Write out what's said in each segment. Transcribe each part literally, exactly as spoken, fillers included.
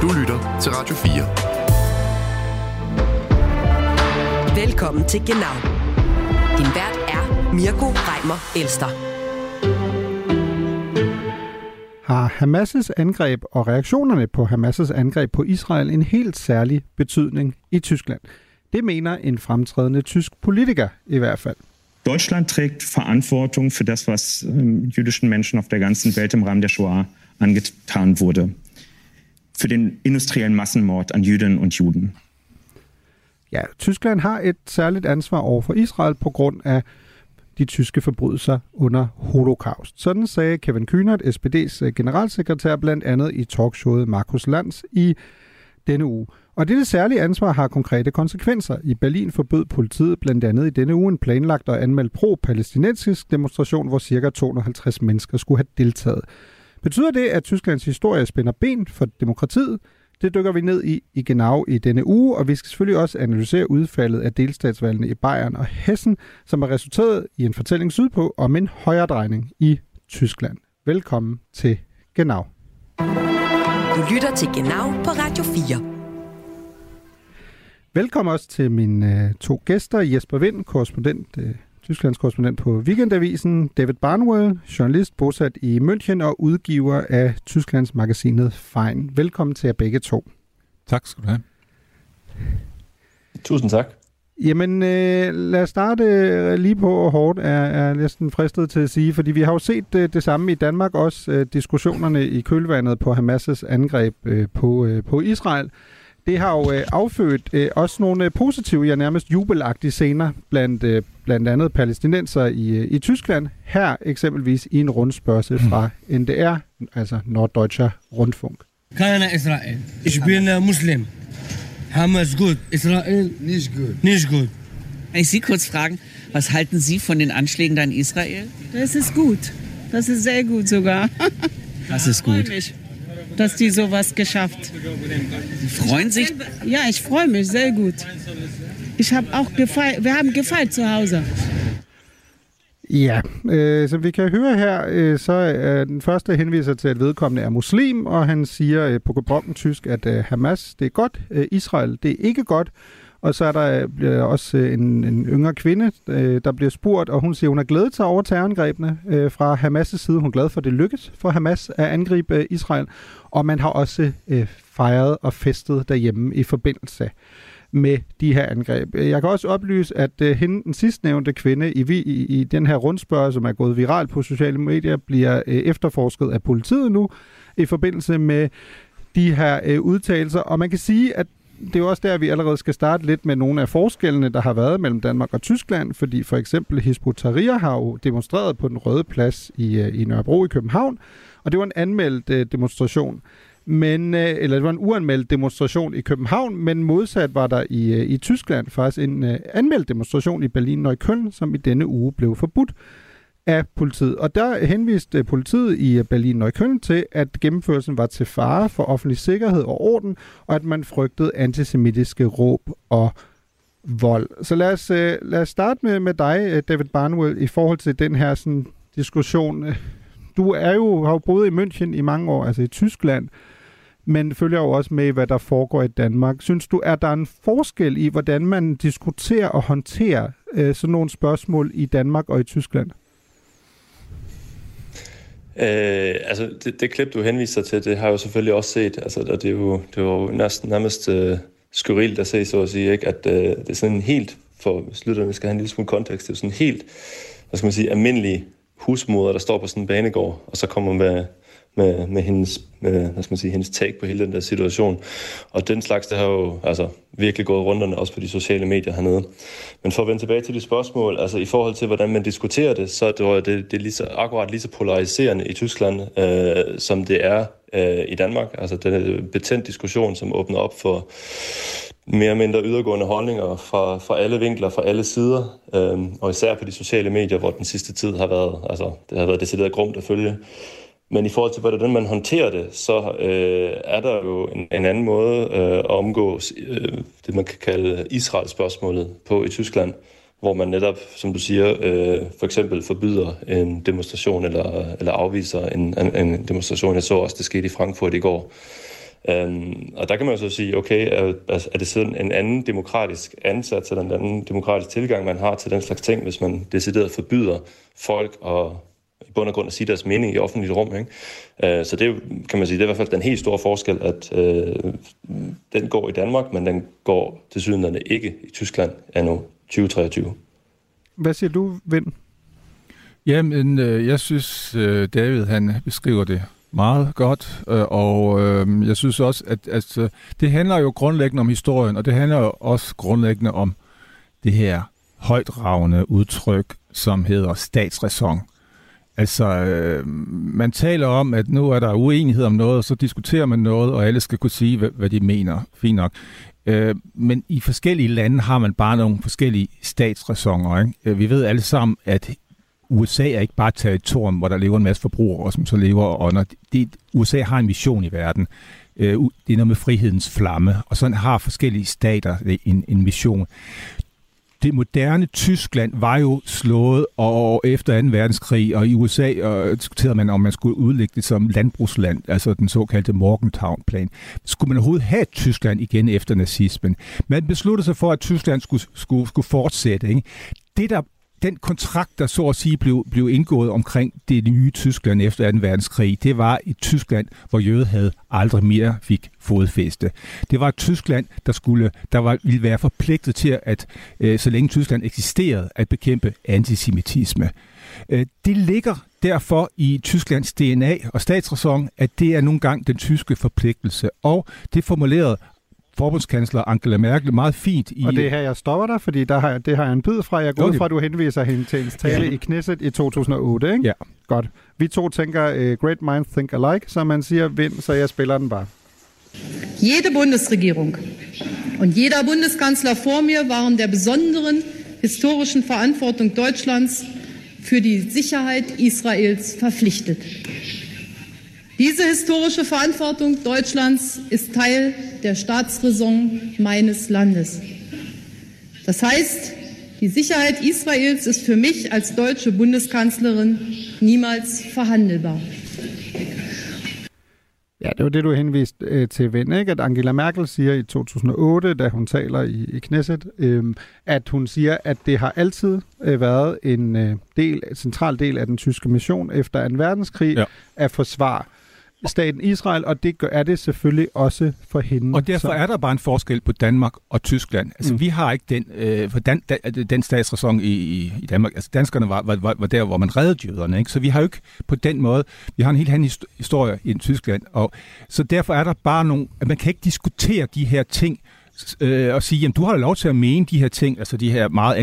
Du lytter til Radio fire. Velkommen til Genau. Din vært er Mirko Reimer Elster. Har Hamas' angreb og reaktionerne på Hamas' angreb på Israel en helt særlig betydning i Tyskland? Det mener en fremtrædende tysk politiker i hvert fald. Deutschland trägt Verantwortung für das, was ähm, jüdischen Menschen auf der ganzen Welt im Rahmen der Shoah angetan wurde. Für den industriellen Massenmord an Jüdinnen und Juden. Ja, Tyskland har et særligt ansvar over for Israel på grund af de tyske forbrydelser under Holocaust. Sådan sagde Kevin Kühnert, S P D's generalsekretær, blandt andet i talkshowet Markus Lanz i denne uge. Og dette særlige ansvar har konkrete konsekvenser. I Berlin forbød politiet blandt andet i denne uge en planlagt og anmeldt pro-palæstinensisk demonstration, hvor ca. to hundrede og halvtreds mennesker skulle have deltaget. Betyder det, at Tysklands historie spænder ben for demokratiet? Det dykker vi ned i i Genau i denne uge, og vi skal selvfølgelig også analysere udfaldet af delstatsvalgene i Bayern og Hessen, som er resulteret i en fortælling sydpå om en højredrejning i Tyskland. Velkommen til Genau. Du lytter til Genau på Radio fire. Velkommen også til mine uh, to gæster, Jesper Wind, korrespondent, uh, Tysklands korrespondent på Weekendavisen, David Barnwell, journalist bosat i München og udgiver af Tysklands magasinet Fein. Velkommen til jer begge to. Tak skal du have. Tusind tak. Jamen, øh, lad os starte øh, lige på og hårdt, er, er næsten fristet til at sige, fordi vi har jo set øh, det samme i Danmark, også øh, diskussionerne i kølvandet på Hamas' angreb øh, på, øh, på Israel. Det har jo øh, affødt øh, også nogle positive, ja nærmest jubelagtige scener blandt, øh, blandt andet palæstinenser i, øh, i Tyskland. Her eksempelvis i en rundspørgsel fra N D R, altså Norddeutscher Rundfunk. Keiner Israel. Ich bin uh, Muslim. Hamas gut. Israel nicht gut. Nicht gut. Kann ich Sie kurz fragen, was halten Sie von den Anschlägen da in Israel? Das ist gut. Das ist sehr gut sogar. Das ist gut. Ich freue mich, dass die sowas geschafft. Sie freuen sich? Ja, ich freue mich sehr gut. Ich habe auch gefeiert. Wir haben gefeiert zu Hause. Ja, øh, som vi kan høre her, øh, så er den første henviser til, at vedkommende er muslim, og han siger øh, på gebrokken tysk, at øh, Hamas, det er godt, øh, Israel, det er ikke godt. Og så er der bliver også øh, en, en yngre kvinde, øh, der bliver spurgt, og hun siger, hun er glædet sig over terrorangrebene øh, fra Hamas' side. Hun er glad for, at det lykkes for Hamas at angribe øh, Israel, og man har også øh, fejret og festet derhjemme i forbindelse med de her angreb. Jeg kan også oplyse, at uh, hende, den sidstnævnte kvinde i, i, i den her rundspørg, som er gået viral på sociale medier, bliver uh, efterforsket af politiet nu i forbindelse med de her uh, udtalelser. Og man kan sige, at det er jo også der, vi allerede skal starte lidt med nogle af forskellene, der har været mellem Danmark og Tyskland, fordi for eksempel Hizb ut-Tahrir har jo demonstreret på den Røde Plads i, uh, i Nørrebro i København, og det var en anmeldt uh, demonstration. Men, eller det var en uanmeldt demonstration i København, men modsat var der i, i Tyskland faktisk en uh, anmeldt demonstration i Berlin-Neukölln, som i denne uge blev forbudt af politiet. Og der henviste politiet i Berlin-Neukölln til, at gennemførelsen var til fare for offentlig sikkerhed og orden, og at man frygtede antisemitiske råb og vold. Så lad os, uh, lad os starte med, med dig, David Barnwell, i forhold til den her sådan, diskussion. Du er jo, har jo boet i München i mange år, altså i Tyskland, men følger jo også med, hvad der foregår i Danmark. Synes du, er der en forskel i, hvordan man diskuterer og håndterer øh, sådan nogle spørgsmål i Danmark og i Tyskland? Øh, altså, det, det klip, du henviser til, det har jeg jo selvfølgelig også set. Altså, det er jo, det er jo næsten nærmest øh, skurrilt at se, så at sige, ikke? At øh, det er sådan en helt, for slutter, vi skal have en lille smule kontekst, det er sådan en helt, hvad skal man sige, almindelig husmoder, der står på sådan en banegård, og så kommer med, med, med, hendes, med hvad skal man sige, hendes take på hele den der situation. Og den slags, det har jo altså, virkelig gået runderne, også på de sociale medier hernede. Men for at vende tilbage til de spørgsmål, altså i forhold til, hvordan man diskuterer det, så er det, det, det er lige så, akkurat lige så polariserende i Tyskland, øh, som det er øh, i Danmark. Altså den er betændt diskussion, som åbner op for mere eller mindre ydergående holdninger fra, fra alle vinkler, fra alle sider, øhm, og især på de sociale medier, hvor den sidste tid har været, altså det har været decideret grumt at følge. Men i forhold til, hvordan man håndterer det, så øh, er der jo en, en anden måde øh, at omgå øh, det, man kan kalde Israel-spørgsmålet på i Tyskland, hvor man netop, som du siger, øh, for eksempel forbyder en demonstration eller, eller afviser en, en, en demonstration. Jeg så også, det skete i Frankfurt i går. Øhm, og der kan man jo så sige, okay, er, er det sådan en anden demokratisk ansats eller en anden demokratisk tilgang, man har til den slags ting, hvis man decideret forbyder folk og i bund og grund at sige deres mening i offentligt rum, ikke? Øh, så det kan man sige, det er i hvert fald den helt store forskel, at øh, den går i Danmark, men den går tilsyneladende ikke i Tyskland anno tyve treogtyve. Hvad siger du, Vind? Jamen, øh, jeg synes, øh, David han beskriver det meget godt, øh, og øh, jeg synes også, at, at øh, det handler jo grundlæggende om historien, og det handler jo også grundlæggende om det her højtravende udtryk, som hedder statsræson. Altså, øh, man taler om, at nu er der uenighed om noget, og så diskuterer man noget, og alle skal kunne sige, hvad, hvad de mener. Fint nok. Øh, men i forskellige lande har man bare nogle forskellige statsræsoner, ikke? Vi ved alle sammen, at U S A er ikke bare et territorium, hvor der lever en masse forbrugere, som så lever under. Det, U S A har en mission i verden. Øh, det er noget med frihedens flamme, og sådan har forskellige stater en, en mission. Det moderne Tyskland var jo slået og efter anden verdenskrig, og i U S A og diskuterede man, om man skulle udlægge det som landbrugsland, altså den såkaldte Morgenthau-plan. Skulle man overhovedet have Tyskland igen efter nazismen? Man besluttede sig for, at Tyskland skulle, skulle, skulle fortsætte. Ikke? Det der Den kontrakt, der så at sige blev, blev indgået omkring det nye Tyskland efter anden verdenskrig, det var et Tyskland, hvor jødehed aldrig mere fik fodfæste. Det var et Tyskland, der skulle, der var, ville være forpligtet til, at øh, så længe Tyskland eksisterede, at bekæmpe antisemitisme. Øh, det ligger derfor i Tysklands D N A og statsræson, at det er nogle gange den tyske forpligtelse. Og det formulerede forbundskansler Angela Merkel meget fint i... Og det er her, jeg stopper dig, fordi der har jeg, det har jeg en bid fra. Jeg går ud fra, at du henviser hende til hendes tale ja. i Knesset i to tusind og otte, ikke? Ja. Godt. Vi to tænker, uh, great minds think alike, som man siger, Vind, så jeg spiller den bare. Jede Bundesregierung und jeder Bundeskanzler vor mir waren der besonderen historischen Verantwortung Deutschlands für die Sicherheit Israels verpflichtet. Diese historische Verantwortung Deutschlands ist Teil der Staatsräson meines Landes. Das heißt, die Sicherheit Israels ist für mich als deutsche Bundeskanzlerin niemals verhandelbar. Ja, det var det, du henviste øh, til, Vind, ikke? At Angela Merkel siger i to tusind og otte, da hun taler i, i Knesset, øh, at hun siger, at det har altid øh, været en øh, del, central del af den tyske mission efter anden verdenskrig ja. at forsvare staten Israel, og det gør, er det selvfølgelig også for hende. Og derfor så. er der bare en forskel på Danmark og Tyskland. Altså, mm. vi har ikke den, øh, for dan, da, den statsræson i, i, i Danmark. Altså, danskerne var, var, var der, hvor man reddede jøderne, ikke? Så vi har jo ikke på den måde, vi har en helt anden historie i Tyskland, og så derfor er der bare nogle, at man kan ikke diskutere de her ting, øh, og sige, jamen du har lov til at mene de her ting, altså de her meget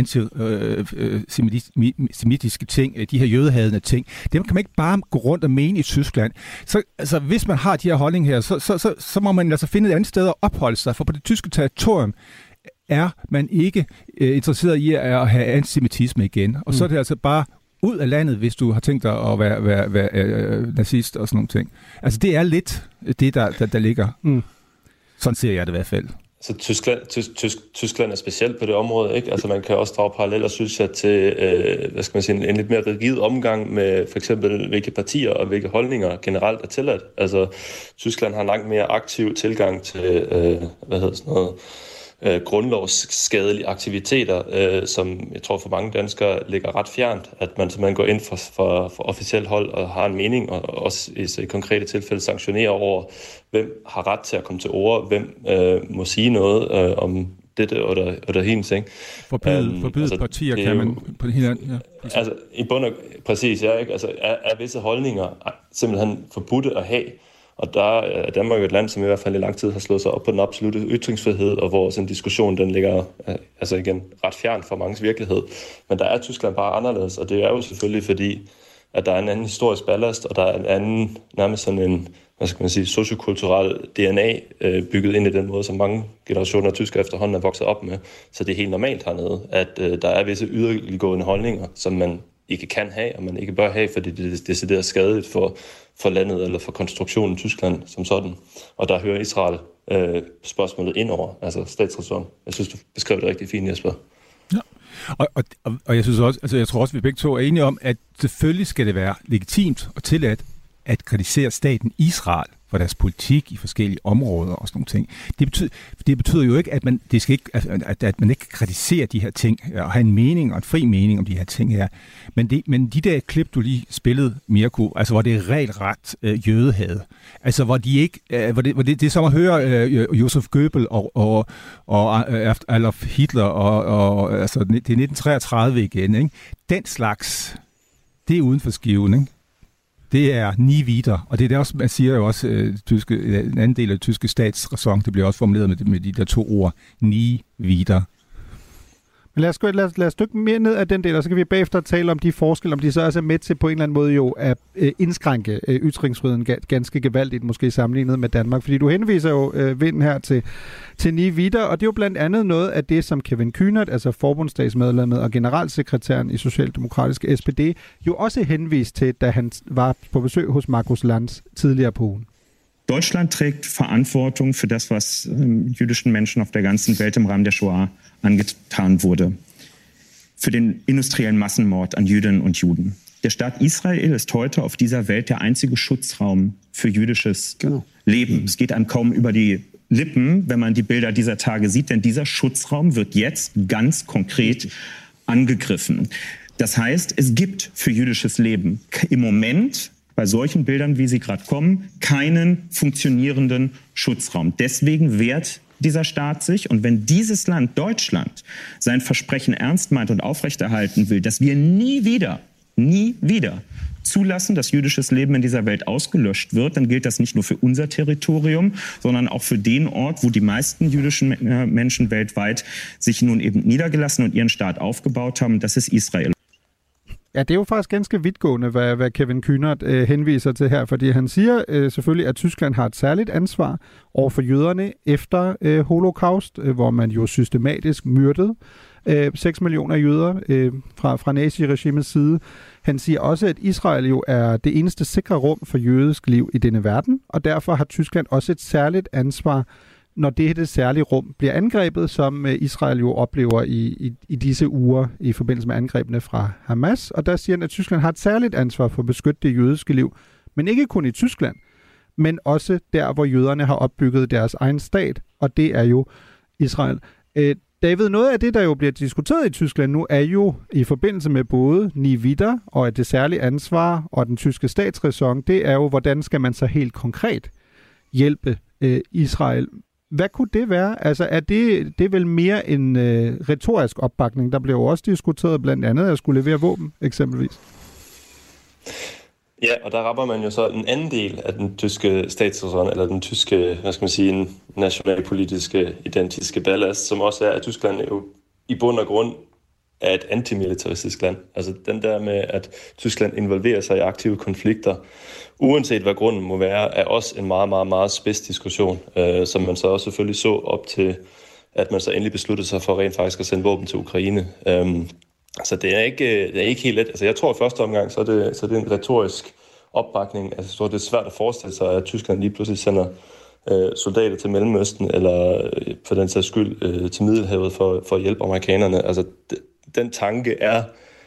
antisemitiske ting, de her jødehadende ting. Dem kan man ikke bare gå rundt og mene i Tyskland. Så altså, hvis man har de her holdninger her, så, så, så, så må man altså finde et andet sted at opholde sig, for på det tyske territorium er man ikke øh, interesseret i at have antisemitisme igen. Og mm. så er det altså bare ud af landet, hvis du har tænkt dig at være, være, være øh, nazist og sådan nogle ting. Altså det er lidt det, der, der, der ligger. Mm. Sådan ser jeg det i hvert fald. Så Tyskland, tysk, tysk, Tyskland er specielt på det område, ikke? Altså man kan også drage paralleller, synes jeg, til øh, hvad skal man sige, en, en lidt mere rigid omgang med for eksempel hvilke partier og hvilke holdninger generelt er tilladt. Altså Tyskland har en langt mere aktiv tilgang til, øh, hvad hedder sådan noget, øh, grundlovsskadelige aktiviteter, øh, som jeg tror for mange danskere ligger ret fjernt, at man simpelthen går ind for, for, for officielt hold og har en mening, og også i, i konkrete tilfælde sanktionerer over, hvem har ret til at komme til ord, hvem øh, må sige noget øh, om dette og der, og der hendes, ikke? Forbyde, um, forbyde altså, partier kan man på hinanden, ja. Altså, i bund og, præcis, ja, ikke? Altså, er, er visse holdninger simpelthen forbudte at have, og der er Danmark jo et land, som i hvert fald i lang tid har slået sig op på den absolute ytringsfrihed, og hvor sådan en diskussion, den ligger altså igen ret fjern fra manges virkelighed. Men der er Tyskland bare anderledes, og det er jo selvfølgelig fordi, at der er en anden historisk ballast, og der er en anden, nærmest sådan en, hvad skal man sige, sociokulturel D N A øh, bygget ind i den måde, som mange generationer af tyskere efterhånden er vokset op med. Så det er helt normalt hernede, at øh, der er visse yderliggående holdninger, som man ikke kan have, og man ikke bør have, fordi det er decideret skadeligt for, for landet eller for konstruktionen i Tyskland som sådan. Og der hører Israel øh, spørgsmålet ind over, altså statsræson. Jeg synes, du beskrev det rigtig fint, Jesper. Ja. Og, og, og jeg synes også, altså jeg tror også, vi begge to er enige om, at selvfølgelig skal det være legitimt og tilladt at kritisere staten Israel. for deres politik i forskellige områder og sådan nogle ting. Det betyder, det betyder jo ikke, at man, det skal ikke, at, at man ikke kan kritisere de her ting og have en mening og en fri mening om de her ting her. Men, det, men de der klip, du lige spillede, Mirko, altså hvor det er regelret øh, jødehad, altså hvor de ikke, øh, hvor det, hvor det, det er som at høre øh, Josef Goebbels og, og, og øh, Adolf Hitler og, og altså det er nitten treogtredive igen, ikke? Den slags, det er uden for skiven, ikke? Det er nie wieder, og det er det også, man siger jo også, øh, tyske, en anden del af det tyske statsræson, det bliver også formuleret med, med de der to ord, nie wieder. Men lad os, lad, os, lad os dykke mere ned af den del, og så kan vi bagefter tale om de forskelle, om de så også er med til på en eller anden måde jo at øh, indskrænke øh, ytringsfriheden ganske gevaldigt, måske sammenlignet med Danmark. Fordi du henviser jo øh, vinden her til, til nie wieder, og det er jo blandt andet noget af det, som Kevin Kühnert, altså forbundsdagsmedlemmet og generalsekretæren i Socialdemokratiske S P D, jo også henviste til, da han var på besøg hos Markus Lanz tidligere på ugen. Deutschland trägt Verantwortung für das, was ähm, jüdischen Menschen auf der ganzen Welt im Rahmen der Shoah angetan wurde. Für den industriellen Massenmord an Jüdinnen und Juden. Der Staat Israel ist heute auf dieser Welt der einzige Schutzraum für jüdisches genau. Leben. Es geht einem kaum über die Lippen, wenn man die Bilder dieser Tage sieht, denn dieser Schutzraum wird jetzt ganz konkret angegriffen. Das heißt, es gibt für jüdisches Leben im Moment bei solchen Bildern, wie sie gerade kommen, keinen funktionierenden Schutzraum. Deswegen wehrt dieser Staat sich. Und wenn dieses Land, Deutschland, sein Versprechen ernst meint und aufrechterhalten will, dass wir nie wieder, nie wieder zulassen, dass jüdisches Leben in dieser Welt ausgelöscht wird, dann gilt das nicht nur für unser Territorium, sondern auch für den Ort, wo die meisten jüdischen Menschen weltweit sich nun eben niedergelassen und ihren Staat aufgebaut haben. Das ist Israel. Ja, det er jo faktisk ganske vidtgående, hvad, hvad Kevin Kühnert øh, henviser til her, fordi han siger øh, selvfølgelig, at Tyskland har et særligt ansvar over for jøderne efter øh, holocaust, øh, hvor man jo systematisk myrdede øh, seks millioner jøder øh, fra, fra naziregimets side. Han siger også, at Israel jo er det eneste sikre rum for jødisk liv i denne verden, og derfor har Tyskland også et særligt ansvar, når det her særlige rum bliver angrebet, som Israel jo oplever i, i, i disse uger i forbindelse med angrebene fra Hamas. Og der siger han, at Tyskland har et særligt ansvar for at beskytte det jødiske liv, men ikke kun i Tyskland, men også der, hvor jøderne har opbygget deres egen stat, og det er jo Israel. Øh, David, noget af det, der jo bliver diskuteret i Tyskland nu, er jo i forbindelse med både nie wieder og at det særlige ansvar og den tyske statsræson, det er jo, hvordan skal man så helt konkret hjælpe øh, Israel. Hvad kunne det være? Altså, er det, det er vel mere en øh, retorisk opbakning? Der blev jo også diskuteret blandt andet at skulle levere våben, eksempelvis. Ja, og der rammer man jo så en anden del af den tyske statsræson, eller den tyske, hvad skal man sige, nationalpolitiske, identiske ballast, som også er, at Tyskland jo i bund og grund er et antimilitaristisk land. Altså den der med, at Tyskland involverer sig i aktive konflikter, uanset hvad grunden må være, er også en meget, meget, meget spids diskussion, øh, som man så også selvfølgelig så op til, at man så endelig besluttede sig for rent faktisk at sende våben til Ukraine. Øhm, så det er, ikke, det er ikke helt let. Altså jeg tror i første omgang, så er det, så er det en retorisk opbakning. Altså jeg tror, det er svært at forestille sig, at Tyskland lige pludselig sender øh, soldater til Mellemøsten, eller øh, for den sags skyld øh, til Middelhavet for, for at hjælpe amerikanerne. Altså d- den tanke er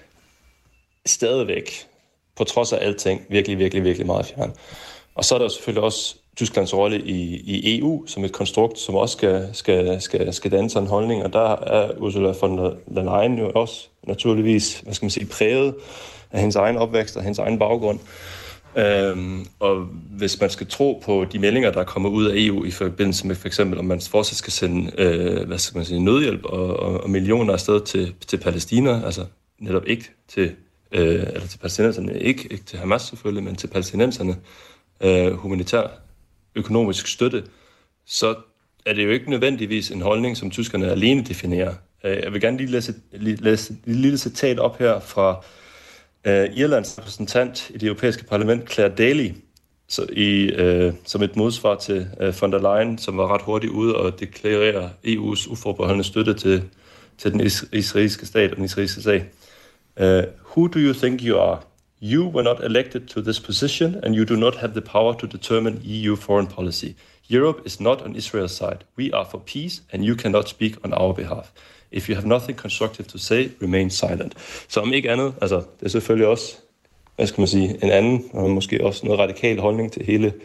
stadigvæk, på trods af alting, virkelig, virkelig, virkelig meget fjern. Og så er der selvfølgelig også Tysklands rolle i, i E U som et konstrukt, som også skal, skal, skal, skal danne sig en holdning, og der er Ursula von der Leyen jo også naturligvis, hvad skal man sige, præget af hendes egen opvækst og hendes egen baggrund. Øhm, og hvis man skal tro på de meldinger, der kommer ud af E U i forbindelse med for eksempel, om man fortsat skal sende øh, hvad skal man sige, nødhjælp og, og, og millioner afsted til, til Palæstina, altså netop ikke til Øh, eller til palæstinenserne, ikke, ikke til Hamas selvfølgelig, men til palæstinenserne, øh, humanitær økonomisk støtte, så er det jo ikke nødvendigvis en holdning, som tyskerne alene definerer. Øh, jeg vil gerne lige læse et læse, lille citat op her fra øh, Irlands repræsentant i det europæiske parlament, Claire Daly, så i, øh, som et modsvar til øh, von der Leyen, som var ret hurtigt ude og deklarere E U's uforbeholdende støtte til, til den israelske stat og den israelske sag. Uh, who do you think you are? You were not elected to this position, and you do not have the power to determine E U foreign policy. Europe is not on Israel's side. We are for peace, and you cannot speak on our behalf. If you have nothing constructive to say, remain silent. Så om ikke andet, altså det er selvfølgelig også, hvad skal man sige, en anden, og måske også noget radikal holdning til hele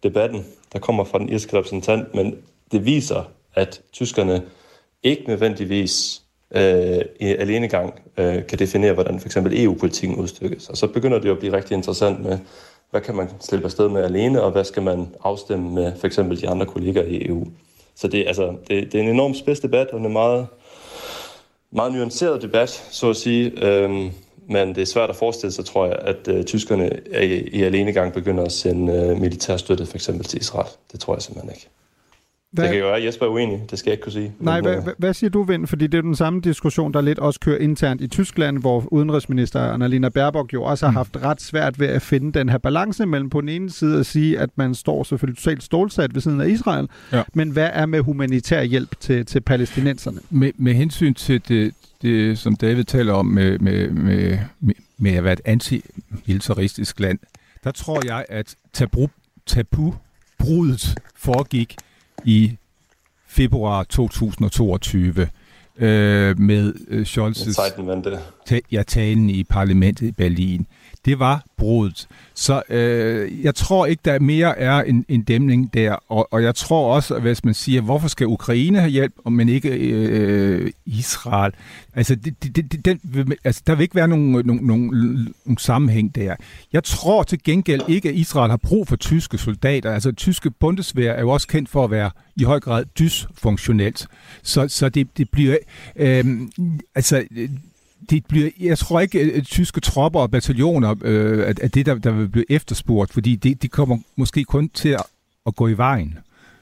debatten, der kommer fra den irske repræsentant, men det viser, at tyskerne ikke nødvendigvis øh, i alenegang øh, kan definere, hvordan for eksempel E U-politikken udstykkes. Og så begynder det jo at blive rigtig interessant med, hvad kan man slippe afsted med alene, og hvad skal man afstemme med for eksempel de andre kolleger i E U. Så det, altså, det, det er en enormt spids debat, og en meget, meget nuanceret debat, så at sige. Øhm, men det er svært at forestille sig, tror jeg, at øh, tyskerne i, i alenegang begynder at sende øh, militær støtte for eksempel til Israel. Det tror jeg simpelthen ikke. Hvad? Det kan jo være, at Jesper er uenig. Det skal jeg ikke kunne sige. Nej, men, hvad, hvad, hvad siger du, Vind? Fordi det er den samme diskussion, der lidt også kører internt i Tyskland, hvor udenrigsminister Annalena Baerbock jo også har haft ret svært ved at finde den her balance mellem på den ene side at sige, at man står selvfølgelig totalt stålsat ved siden af Israel, ja. Men hvad er med humanitær hjælp til, til palæstinenserne? Med, med hensyn til det, det, som David taler om med, med, med, med, med at være et anti-militaristisk land, der tror jeg, at tabu, tabu-bruddet foregik i februar to tusind og toogtyve øh, med øh, Scholz's ta- ja, talen i parlamentet i Berlin. Det var bruddet. Så øh, jeg tror ikke, der mere er en, en dæmning der. Og, og jeg tror også, at hvis man siger, hvorfor skal Ukraine have hjælp, men ikke øh, Israel? Altså, det, det, det, den, altså, der vil ikke være nogen, nogen, nogen, nogen sammenhæng der. Jeg tror til gengæld ikke, at Israel har brug for tyske soldater. Altså, tyske Bundeswehr er jo også kendt for at være i høj grad dysfunktionelt. Så, så det, det bliver... Øh, altså... Det bliver, jeg tror ikke, at tyske tropper og bataljoner øh, er det, der, der vil blive efterspurgt, fordi det, de kommer måske kun til at, at gå i vejen.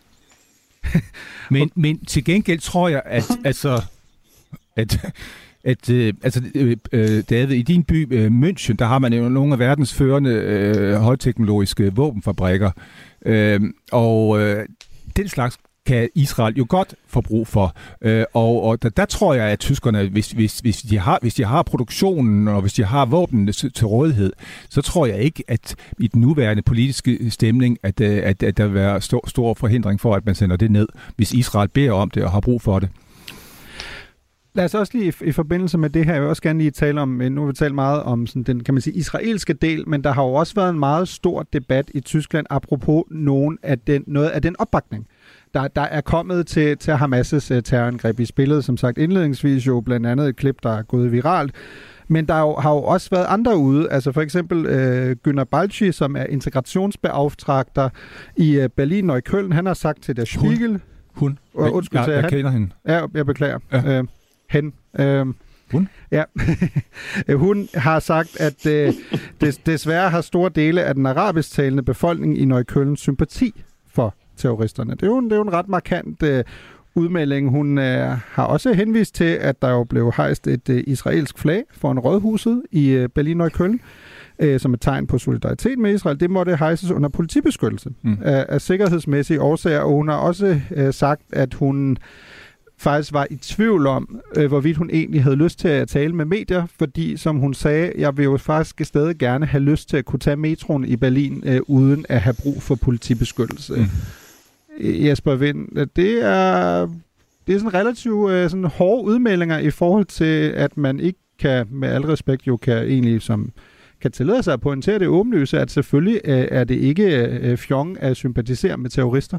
men, men til gengæld tror jeg, at, altså, at, at øh, altså, øh, David, i din by øh, München, der har man jo nogle af verdens førende øh, højteknologiske våbenfabrikker, øh, og øh, den slags kan Israel jo godt få brug for. Øh, og og der, der tror jeg, at tyskerne, hvis, hvis, hvis, de har, hvis de har produktionen, og hvis de har våbnene til, til rådighed, så tror jeg ikke, at i den nuværende politiske stemning, at, at, at der vil være stor, stor forhindring for, at man sender det ned, hvis Israel beder om det og har brug for det. Lad os også lige i, i forbindelse med det her, jeg vil også gerne lige tale om, nu har vi talt meget om sådan den, kan man sige, israelske del, men der har jo også været en meget stor debat i Tyskland, apropos nogen af den, noget af den opbakning, der, der er kommet til, til Hamas' terrorangreb i spillet. Som sagt indledningsvis jo blandt andet et klip, der er gået viralt. Men der jo, har jo også været andre ude, altså for eksempel øh, Günter Balci, som er integrationsbeauftragter i øh, Berlin og i Köln, han har sagt til Der Spiegel... Hun? Hun? Og, undskyld, jeg, jeg, jeg kender hende. Ja, jeg beklager. Ja. Øh, hen. Øh, Hun? Ja. Hun har sagt, at øh, des, desværre har store dele af den arabisktalende befolkning i Neukölln sympati for terroristerne. Det er jo en, det er jo en ret markant øh, udmelding. Hun øh, har også henvist til, at der jo blev hejst et øh, israelsk flag foran rådhuset i øh, Berlin-Neukölln, øh, som et tegn på solidaritet med Israel. Det måtte hejses under politibeskyttelse mm. af, af sikkerhedsmæssige årsager, og hun har også øh, sagt, at hun faktisk var i tvivl om, øh, hvorvidt hun egentlig havde lyst til at tale med medier, fordi, som hun sagde, jeg vil jo faktisk stadig gerne have lyst til at kunne tage metroen i Berlin, øh, uden at have brug for politibeskyttelse. Mm. Jesper Vind, det er, det er sådan relativt øh, sådan hårde udmeldinger i forhold til, at man ikke kan, med al respekt jo kan egentlig som kan tillade sig at pointere det åbenlyse, at selvfølgelig øh, er det ikke øh, fjong at sympatisere med terrorister.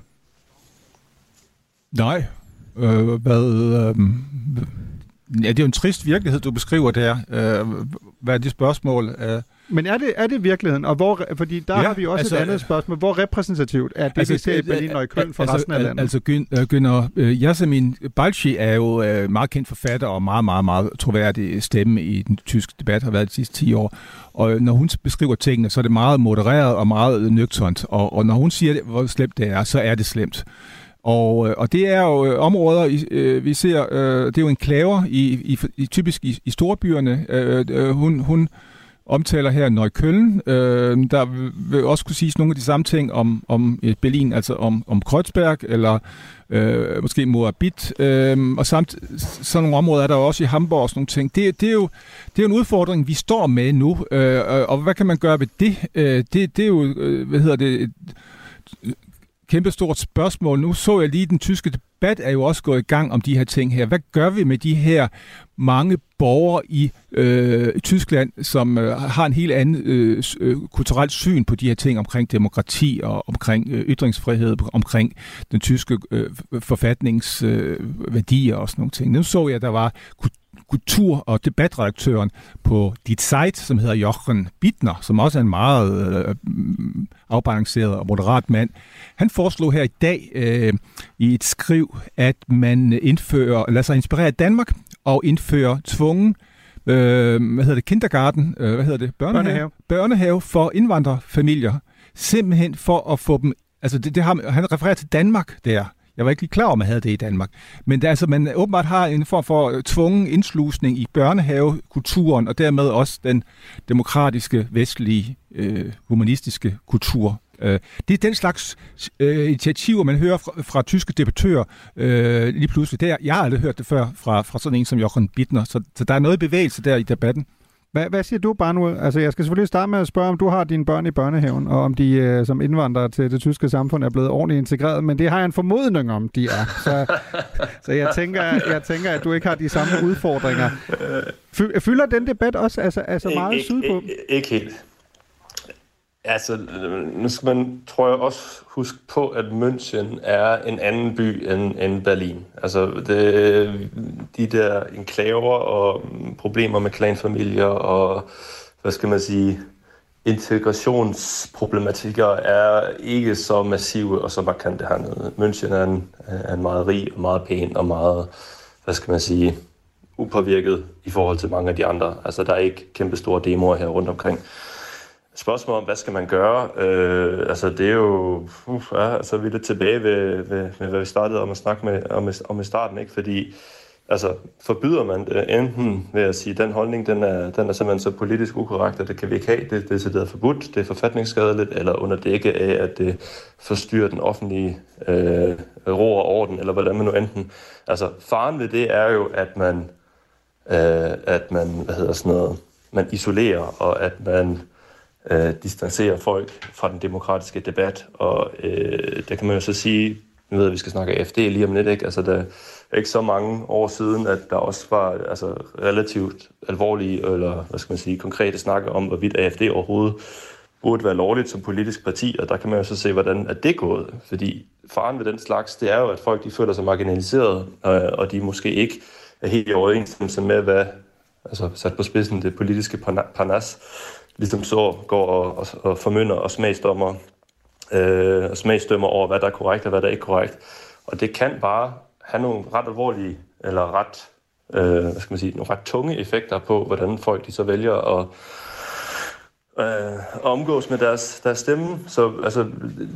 Nej. Øh, hvad, øh, ja, det er jo en trist virkelighed, du beskriver der. Øh, hvad er det spørgsmål? Øh, Men er det, er det virkeligheden? Og hvor, fordi der ja, har vi også altså, et andet spørgsmål. Hvor repræsentativt er det, altså, vi ser i Berlin og i Köln for altså, resten af landet? Altså, Günter øh, Yasemin Balci er jo øh, meget kendt forfatter og meget, meget, meget troværdig stemme i den tyske debat, har været de sidste ti år. Og når hun beskriver tingene, så er det meget modereret og meget nøgternt. Og, og når hun siger, hvor slemt det er, så er det slemt. Og, og det er jo øh, områder, øh, vi ser, øh, det er jo enklaver, i, i, i, typisk i, i storbyerne. Øh, øh, hun, hun omtaler her Neukölln. Øh, der vil også kunne siges nogle af de samme ting om, om Berlin, altså om, om Kreuzberg, eller øh, måske Moabit. Øh, og samt sådan nogle områder er der også i Hamburg og sådan nogle ting. Det, det, er jo, det er jo en udfordring, vi står med nu. Øh, og hvad kan man gøre ved det? Øh, det, det er jo, øh, hvad hedder det... kæmpestort spørgsmål. Nu så jeg lige, den tyske debat er jo også gået i gang om de her ting her. Hvad gør vi med de her mange borgere i øh, Tyskland, som øh, har en helt anden øh, øh, kulturelt syn på de her ting omkring demokrati og omkring øh, ytringsfrihed, omkring den tyske øh, forfatningsværdier øh, og sådan nogle ting. Nu så jeg, at der var kultur- og debatredaktøren på Die Zeit, som hedder Jochen Bittner, som også er en meget øh, afbalanceret og moderat mand. Han foreslog her i dag øh, i et skriv, at man indfører, lader sig inspirere af Danmark og indfører tvungen øh, hvad hedder det, kindergarten, øh, hvad hedder det, børnehave, børnehave, børnehave for indvandrerfamilier, simpelthen for at få dem, altså det, det har, han refererer til Danmark der. Jeg var ikke lige klar over, at man havde det i Danmark. Men det, altså, man åbenbart har en form for tvungen indslusning i børnehavekulturen, og dermed også den demokratiske, vestlige, øh, humanistiske kultur. Øh, det er den slags øh, initiativer, man hører fra, fra tyske debattører øh, lige pludselig. Det er, jeg har aldrig hørt det før fra, fra sådan en som Jochen Bittner, så, så der er noget bevægelse der i debatten. Hvad, hvad siger du, Barnwell? Altså, jeg skal selvfølgelig starte med at spørge, om du har dine børn i børnehaven, og om de øh, som indvandrere til det tyske samfund er blevet ordentligt integreret, men det har jeg en formodning om, de er. Så, så jeg, tænker, jeg tænker, at du ikke har de samme udfordringer. Fylder den debat også altså, altså meget ikke, sydpå? Ikke, ikke helt. Altså, nu skal man, tror jeg, også huske på, at München er en anden by end, end Berlin. Altså, det, de der enklaver og problemer med klanfamilier og, hvad skal man sige, integrationsproblematikker er ikke så massive og så markante hernede. München er en, er en meget rig og meget pæn og meget, hvad skal man sige, upåvirket i forhold til mange af de andre. Altså, der er ikke kæmpe store demoer her rundt omkring. Spørgsmål om, hvad skal man gøre? Øh, altså, det er jo... Uh, ja, så er vi lidt tilbage ved, ved, ved, hvad vi startede om at snakke med, om, om i starten, ikke? Fordi, altså, forbyder man det enten ved at sige, at den holdning, den er, den er simpelthen så politisk ukorrekt, at det kan vi ikke have, det, det er så forbudt, det er forfatningsskadeligt, eller under dække af, at det forstyrrer den offentlige øh, ro og orden, eller hvordan man nu enten... Altså, faren ved det er jo, at man, øh, at man, hvad hedder sådan noget, man isolerer, og at man øh, distancerer folk fra den demokratiske debat, og øh, der kan man jo så sige, nu ved jeg, at vi skal snakke A F D lige om lidt, ikke? Altså, der er ikke så mange år siden, at der også var altså, relativt alvorlige, eller hvad skal man sige, konkrete snakke om, hvorvidt A F D overhovedet burde være lovligt som politisk parti, og der kan man jo så se, hvordan er det gået. Fordi faren ved den slags, det er jo, at folk de føler sig marginaliseret, og de måske ikke er helt i overensstemmelse med, hvad, altså sat på spidsen, det politiske parnas, ligesom så går og, og, og formynder og smagsdommer, øh, og smagsdømmer over, hvad der er korrekt og hvad der er ikke korrekt. Og det kan bare have nogle ret alvorlige, eller ret, øh, hvad skal man sige, nogle ret tunge effekter på, hvordan folk de så vælger at Øh, omgås med deres, deres stemme. Så altså,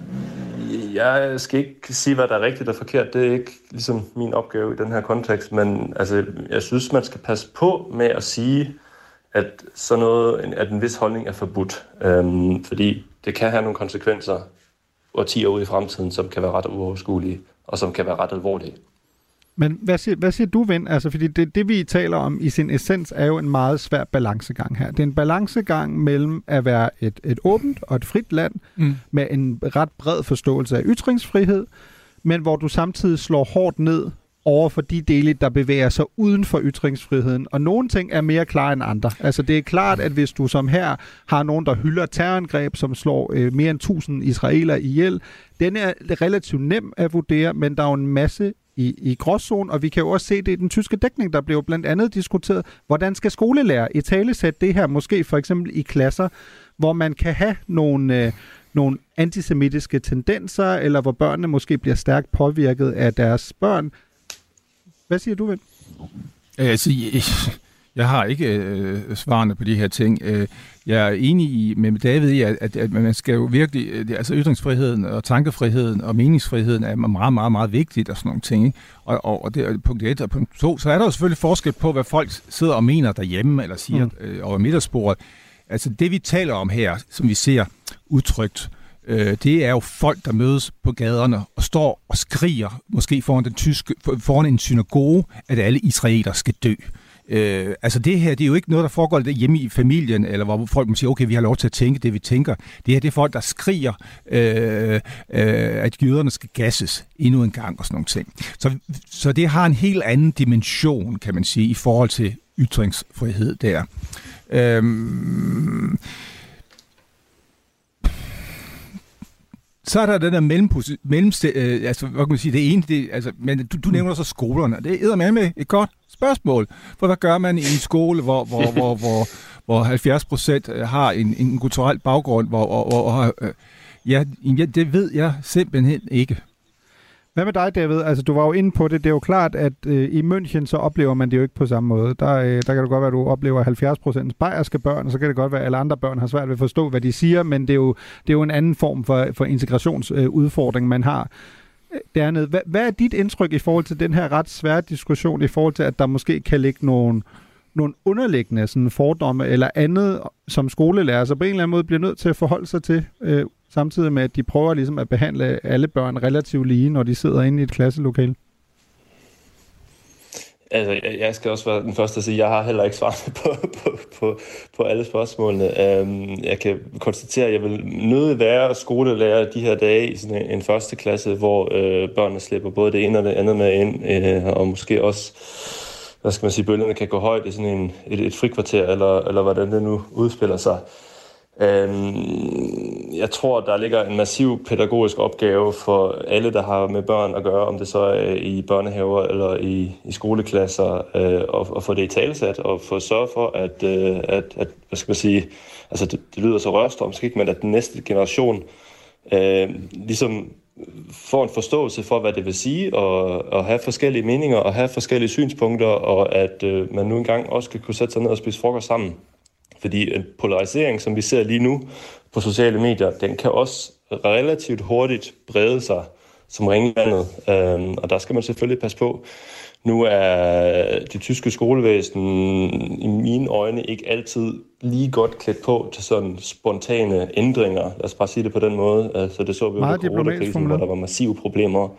jeg skal ikke sige, hvad der er rigtigt og forkert. Det er ikke ligesom min opgave i den her kontekst, men altså, jeg synes, man skal passe på med at sige, at sådan noget, at en vis holdning er forbudt. Øhm, fordi det kan have nogle konsekvenser årtier ude i fremtiden, som kan være ret uoverskuelige, og som kan være ret alvorlige. Men hvad siger, hvad siger du, ven? Altså, fordi det, det, vi taler om i sin essens, er jo en meget svær balancegang her. Det er en balancegang mellem at være et, et åbent og et frit land, mm. med en ret bred forståelse af ytringsfrihed, men hvor du samtidig slår hårdt ned over for de dele, der bevæger sig uden for ytringsfriheden. Og nogle ting er mere klare end andre. Altså, det er klart, at hvis du som her har nogen, der hylder terrorangreb, som slår øh, mere end tusind israelere ihjel, den er relativt nem at vurdere, men der er jo en masse i, i gråzonen, og vi kan jo også se det i den tyske dækning, der blev blandt andet diskuteret, hvordan skal skolelærer italesætte det her, måske for eksempel i klasser, hvor man kan have nogle, øh, nogle antisemitiske tendenser, eller hvor børnene måske bliver stærkt påvirket af deres børn. Hvad siger du, ven? Altså, jeg, jeg har ikke øh, svarene på de her ting. Jeg er enig i, med David i, at, at man skal jo virkelig, altså ytringsfriheden og tankefriheden og meningsfriheden er meget, meget, meget vigtigt og sådan nogle ting. Ikke? Og, og det er punkt et og punkt to. Så er der jo selvfølgelig forskel på, hvad folk sidder og mener derhjemme eller siger mm. øh, over middagsbordet. Altså det, vi taler om her, som vi ser udtrykt, det er jo folk, der mødes på gaderne og står og skriger, måske foran, den tyske, foran en synagoge, at alle israeler skal dø. Øh, altså det her, det er jo ikke noget, der foregår hjemme i familien, eller hvor folk må sige, okay, vi har lov til at tænke det, vi tænker. Det her, det er folk, der skriger, øh, øh, at jøderne skal gasses endnu en gang og sådan nogle ting. Så, så det har en helt anden dimension, kan man sige, i forhold til ytringsfrihed der. Øh, Så er der den der mellem, mellem øh, altså hvad kan man sige, det ene, det, altså, men du, du nævner så skolerne, og det er med med et godt spørgsmål, for hvad gør man i en skole, hvor, hvor, hvor, hvor, hvor halvfjerds procent har en, en kulturel baggrund, hvor, hvor, hvor øh, ja, det ved jeg simpelthen ikke. Hvad med dig, David? Altså, du var jo inde på det. Det er jo klart, at øh, i München, så oplever man det jo ikke på samme måde. Der, øh, der kan det godt være, at du oplever halvfjerds procent bayerske børn, og så kan det godt være, at alle andre børn har svært ved at forstå, hvad de siger, men det er jo, det er jo en anden form for, for integrationsudfordring, øh, man har dernede. Hvad, hvad er dit indtryk i forhold til den her ret svære diskussion, i forhold til, at der måske kan ligge nogle, nogle underliggende sådan, fordomme eller andet, som skolelærer, så på en eller anden måde bliver nødt til at forholde sig til, øh, samtidig med, at de prøver ligesom at behandle alle børn relativt lige, når de sidder inde i et klasselokale? Altså, jeg skal også være den første at sige, at jeg har heller ikke svaret på, på, på, på alle spørgsmålene. Jeg kan konstatere, at jeg vil nødig være skolelærer de her dage i sådan en, en første klasse, hvor øh, børnene slipper både det ene og det andet med ind, øh, og måske også, hvad skal man sige, bølgerne kan gå højt i sådan en, et, et frikvarter, eller, eller hvordan det nu udspiller sig. Jeg tror, der ligger en massiv pædagogisk opgave for alle, der har med børn at gøre, om det så er i børnehaver eller i, i skoleklasser, og, og få det i talesat, og få sørge for, at, at, at hvad skal man sige, altså det, det lyder så rørstrømsk, ikke, men at den næste generation øh, ligesom får en forståelse for, hvad det vil sige, og, og have forskellige meninger, og have forskellige synspunkter, og at øh, man nu engang også kan kunne sætte sig ned og spise frokost sammen. Fordi en polarisering, som vi ser lige nu på sociale medier, den kan også relativt hurtigt brede sig som ringvandet. Øhm, og der skal man selvfølgelig passe på. Nu er det tyske skolevæsen i mine øjne ikke altid lige godt klædt på til sådan spontane ændringer. Lad os bare sige det på den måde. Altså, det så vi jo med coronakrisen, hvor der var massive problemer.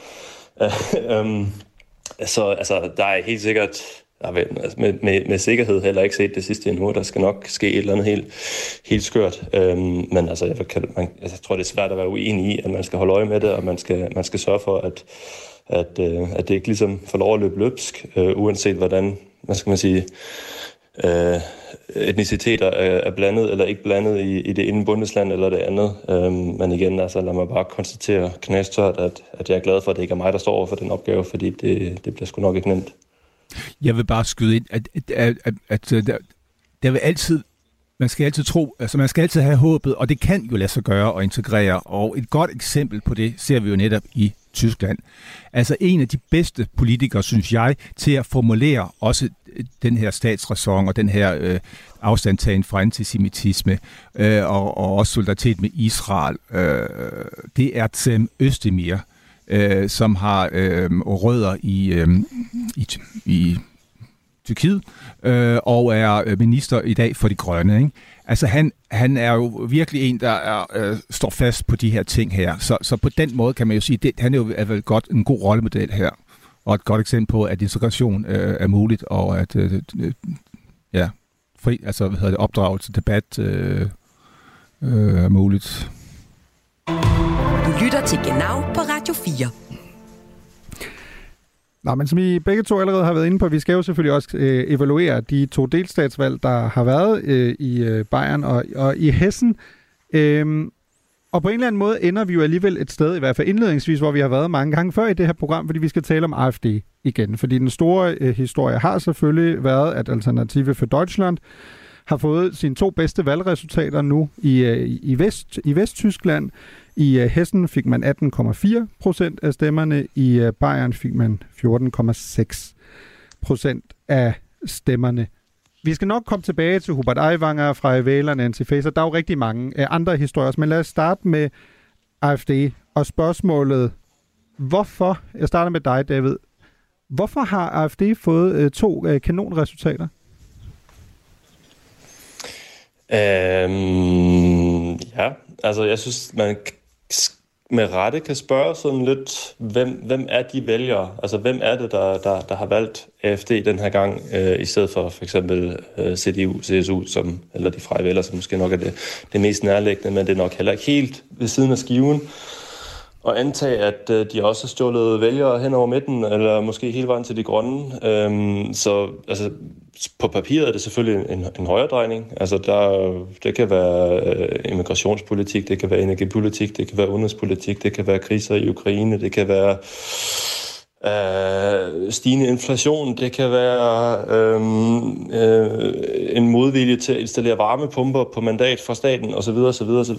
øhm, så altså, der er helt sikkert... Altså med, med, med sikkerhed heller ikke set det sidste endnu. Der skal nok ske et eller andet helt, helt skørt. Øhm, men altså, jeg, kan, man, jeg tror, det er svært at være uenig i, at man skal holde øje med det, og man skal, man skal sørge for, at, at, øh, at det ikke ligesom får lov at løbe løbsk, øh, uanset hvordan, hvad skal man sige, øh, etniciteter er, er blandet eller ikke blandet i, i det ene bundesland eller det andet. Øhm, men igen, altså, lad mig bare konstatere knastørt, at, at jeg er glad for, at det ikke er mig, der står over for den opgave, fordi det, det bliver sgu nok ikke nemt. Jeg vil bare skyde ind, at, at, at, at, at der, der vil altid, man skal altid tro, altså man skal altid have håbet, og det kan jo lade sig gøre og integrere, og et godt eksempel på det ser vi jo netop i Tyskland. Altså en af de bedste politikere, synes jeg, til at formulere også den her statsræson og den her øh, afstandtagen fra antisemitisme øh, og, og også solidaritet med Israel, øh, det er Cem Özdemir, Øh, som har øh, rødder i, øh, i, i Tyrkiet, øh, og er minister i dag for de grønne. Ikke? Altså han, han er jo virkelig en, der er, øh, står fast på de her ting her. Så, så på den måde kan man jo sige, at han er jo er vel godt en god rollemodel her, og et godt eksempel på, at integration øh, er muligt, og at øh, øh, ja, fri, altså hvad hedder det, opdragelse, debat øh, øh, er muligt. Du lytter til Genau på Radio fire. Nå, men som I begge to allerede har været inde på, vi skal jo selvfølgelig også øh, evaluere de to delstatsvalg, der har været øh, i øh, Bayern og, og i Hessen. Øhm, og på en eller anden måde ender vi jo alligevel et sted, i hvert fald indledningsvis, hvor vi har været mange gange før i det her program, fordi vi skal tale om A F D igen. Fordi den store øh, historie har selvfølgelig været, at Alternative for Deutschland har fået sine to bedste valgresultater nu i, øh, i, Vest, i Vesttyskland. I uh, Hessen fik man atten komma fire procent af stemmerne, i uh, Bayern fik man fjorten komma seks procent af stemmerne. Vi skal nok komme tilbage til Hubert Aiwanger fra Wählern Antifacer. Der er jo rigtig mange uh, andre historier, men lad os starte med A F D og spørgsmålet, hvorfor, jeg starter med dig, David, hvorfor har A F D fået uh, to uh, kanonresultater? Øhm, ja, altså jeg synes, man med rette kan spørge sådan lidt, hvem, hvem er de vælgere? Altså, hvem er det, der, der, der har valgt A F D den her gang, øh, i stedet for for eksempel øh, C D U, C S U, som, eller de Frie Vælgere, som måske nok er det, det mest nærliggende, men det er nok heller ikke helt ved siden af skiven. Og antage, at øh, de også har stjålet vælgere hen over midten, eller måske hele vejen til de grønne. Øhm, så altså, på papiret er det selvfølgelig en, en højredrejning. Altså, der, det kan være øh, immigrationspolitik, det kan være energipolitik, det kan være udenrigspolitik, det kan være kriser i Ukraine, det kan være øh, stigende inflation, det kan være øh, øh, en modvilje til at installere varmepumper på mandat fra staten osv. osv. osv.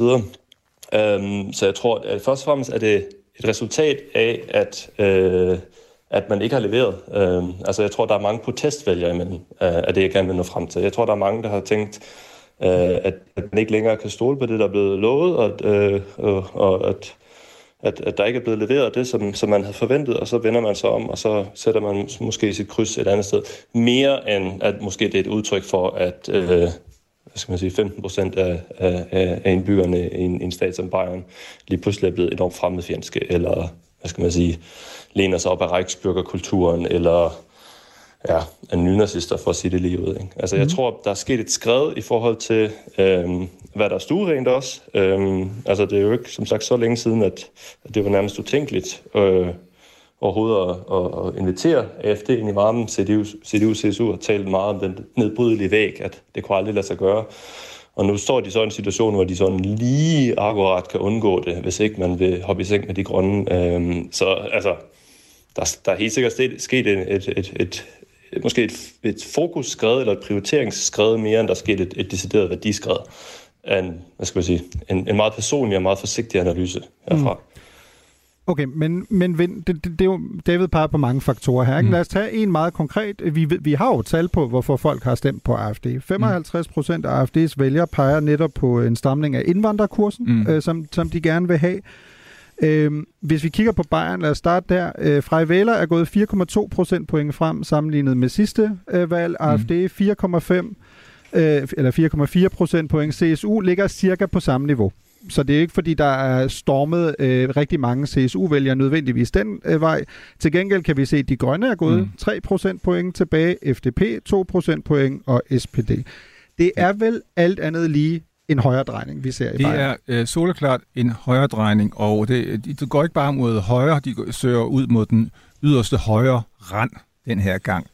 Um, så jeg tror, at først og fremmest er det et resultat af, at, øh, at man ikke har leveret. Um, altså jeg tror, der er mange protestvælgere imellem, uh, af det, jeg gerne vil nå frem til. Jeg tror, der er mange, der har tænkt, uh, at, at man ikke længere kan stole på det, der er blevet lovet, og, uh, og, og at, at, at der ikke er blevet leveret det, som, som man havde forventet, og så vender man sig om, og så sætter man måske sit kryds et andet sted. Mere end at måske det er et udtryk for, at Uh, hvad skal man sige, femten procent af, af, af indbyggerne i en, en stat som Bayern lige pludselig er blevet enormt fremmedfjendske, eller hvad skal man sige, læner sig op af Reichsbürgerkulturen, eller ja, er nynazister, for at sige det lige ud. Ikke? Altså, mm. jeg tror, der er sket et skred i forhold til, øhm, hvad der er stuerent også. Øhm, altså, det er jo ikke, som sagt, så længe siden, at, at det var nærmest utænkeligt øh, overhovedet at, at, at invitere A F D ind i varmen. C D U, C D U C S U har talt meget om den nedbrydelige væg, at det kunne aldrig lade sig gøre. Og nu står de så i en situation, hvor de sådan lige akkurat kan undgå det, hvis ikke man vil hoppe i seng med de grønne. Øhm, så altså, der, der er helt sikkert sket et, et, et, et, et måske et, et fokusskred eller et prioriteringsskred mere, end der er sket et, et decideret værdiskred. En, hvad skal man sige, en, en meget personlig og meget forsigtig analyse herfra. Mm. Okay, men, men det, det, det er jo, David peger på mange faktorer her. Ikke? Mm. Lad os tage en meget konkret. Vi, vi har jo tal på, hvorfor folk har stemt på A F D. femoghalvtreds procent af A F D's vælgere peger netop på en stramning af indvandrerkursen, mm. øh, som, som de gerne vil have. Øh, hvis vi kigger på Bayern, lad os starte der. Øh, Frie Vælgere er gået fire komma to procent point frem sammenlignet med sidste øh, valg. A F D mm. fire komma fem øh, eller fire komma fire procent point. C S U ligger cirka på samme niveau. Så det er ikke, fordi der er stormet øh, rigtig mange C S U-vælgere nødvendigvis den øh, vej. Til gengæld kan vi se, at de grønne er gået mm. tre procent point tilbage, F D P to procent point og S P D. Det er vel alt andet lige en højredrejning, vi ser i Bayern. Det er øh, soleklart en højredrejning, og det, det går ikke bare mod højre, de søger ud mod den yderste højre rand den her gang.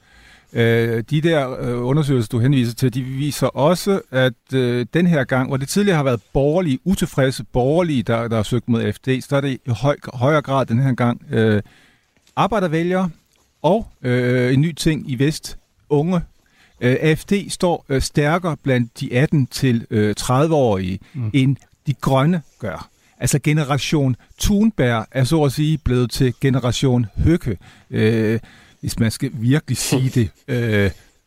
Øh, de der øh, undersøgelser, du henviser til, de viser også, at øh, den her gang, hvor det tidligere har været borgerlige, utilfredse borgerlige, der, der har søgt mod A F D, så er det i høj, højere grad den her gang øh, arbejdervælgere og øh, en ny ting i vest, unge. Øh, A F D står øh, stærkere blandt de atten til tredive-årige, mm. end de grønne gør. Altså generation Thunberg er så at sige blevet til generation Høcke. Øh, hvis man skal virkelig sige det øh,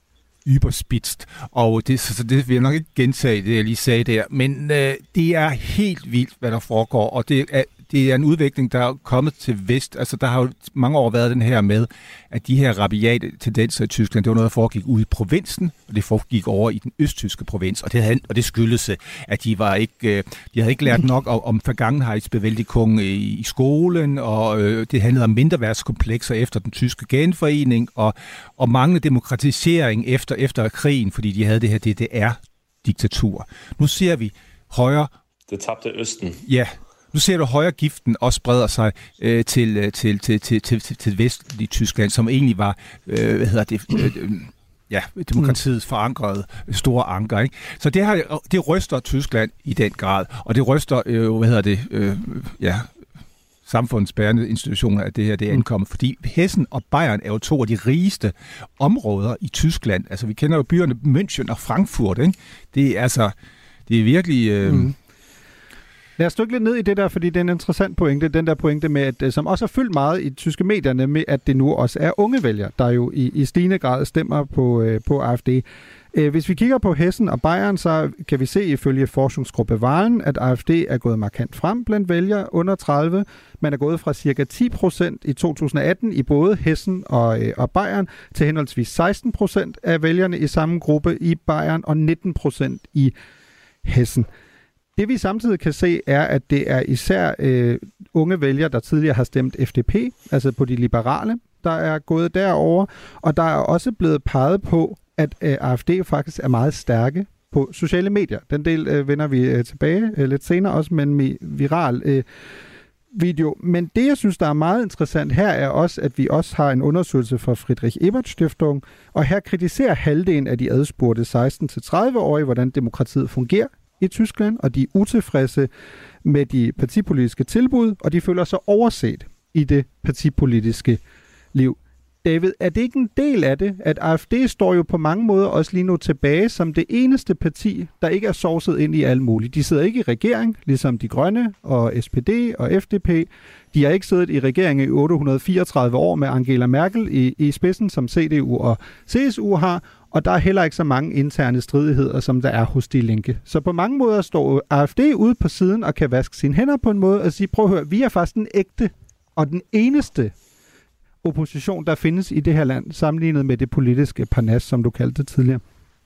yberspidst. Og det, så det vil jeg nok ikke gentage, det jeg lige sagde der. Men øh, det er helt vildt, hvad der foregår, og det er, det er en udvikling, der er kommet til vest. Altså, der har jo mange år været den her med, at de her rabiate tendenser i Tyskland, det var noget, der foregik ude i provinsen, og det foregik over i den østtyske provins. Og det, havde, og det skyldes, at de var ikke, de havde ikke lært nok om, om Vergangenheitsbewältigung i, i skolen, og øh, det handlede om mindreværdskomplekser efter den tyske genforening, og, og manglende demokratisering efter, efter krigen, fordi de havde det her D D R-diktatur. Nu ser vi højre... Det tabte Østen. Ja. Nu ser du højre giften også spreder sig øh, til, til, til, til, til, til vestlige Tyskland, som egentlig var, øh, hvad hedder det, øh, ja, demokratiets forankrede store anker. Ikke? Så det, her, det ryster Tyskland i den grad, og det ryster, øh, hvad hedder det, øh, ja, samfundsbærende institutioner, at det her det er ankommet. Fordi Hessen og Bayern er jo to af de rigeste områder i Tyskland. Altså, vi kender jo byerne München og Frankfurt. Ikke? Det er altså, det er virkelig... Øh, mm. Lad os dykke lidt ned i det der, fordi det er en interessant pointe, den der pointe med, at, som også har fyldt meget i tyske medierne, med at det nu også er unge vælgere, der jo i, i stigende grad stemmer på, øh, på A F D. Øh, hvis vi kigger på Hessen og Bayern, så kan vi se ifølge forskningsgruppe Wahlen, at A F D er gået markant frem blandt vælgere under tredive. Man er gået fra cirka ti procent i to tusind atten i både Hessen og, øh, og Bayern til henholdsvis seksten procent af vælgerne i samme gruppe i Bayern og nitten procent i Hessen. Det vi samtidig kan se er, at det er især øh, unge vælgere, der tidligere har stemt F D P, altså på de liberale, der er gået derover, og der er også blevet peget på, at øh, A F D faktisk er meget stærke på sociale medier. Den del øh, vender vi øh, tilbage øh, lidt senere, også med en viral øh, video. Men det, jeg synes, der er meget interessant her, er også, at vi også har en undersøgelse fra Friedrich Ebert Stiftung, og her kritiserer halvdelen af de adspurgte seksten til tredive-årige, hvordan demokratiet fungerer i Tyskland, og de er utilfredse med de partipolitiske tilbud, og de føler sig overset i det partipolitiske liv. David, er det ikke en del af det, at A F D står jo på mange måder også lige nu tilbage som det eneste parti, der ikke er sovset ind i alt muligt? De sidder ikke i regering, ligesom De Grønne og S P D og F D P. De har ikke siddet i regering i otte hundrede fireogtredive år med Angela Merkel i, i spidsen, som C D U og C S U har, og der er heller ikke så mange interne stridigheder, som der er hos De Linke. Så på mange måder står A F D ude på siden og kan vaske sine hænder på en måde og sige, prøv at høre, vi er faktisk den ægte og den eneste opposition, der findes i det her land, sammenlignet med det politiske parnas, som du kaldte det tidligere.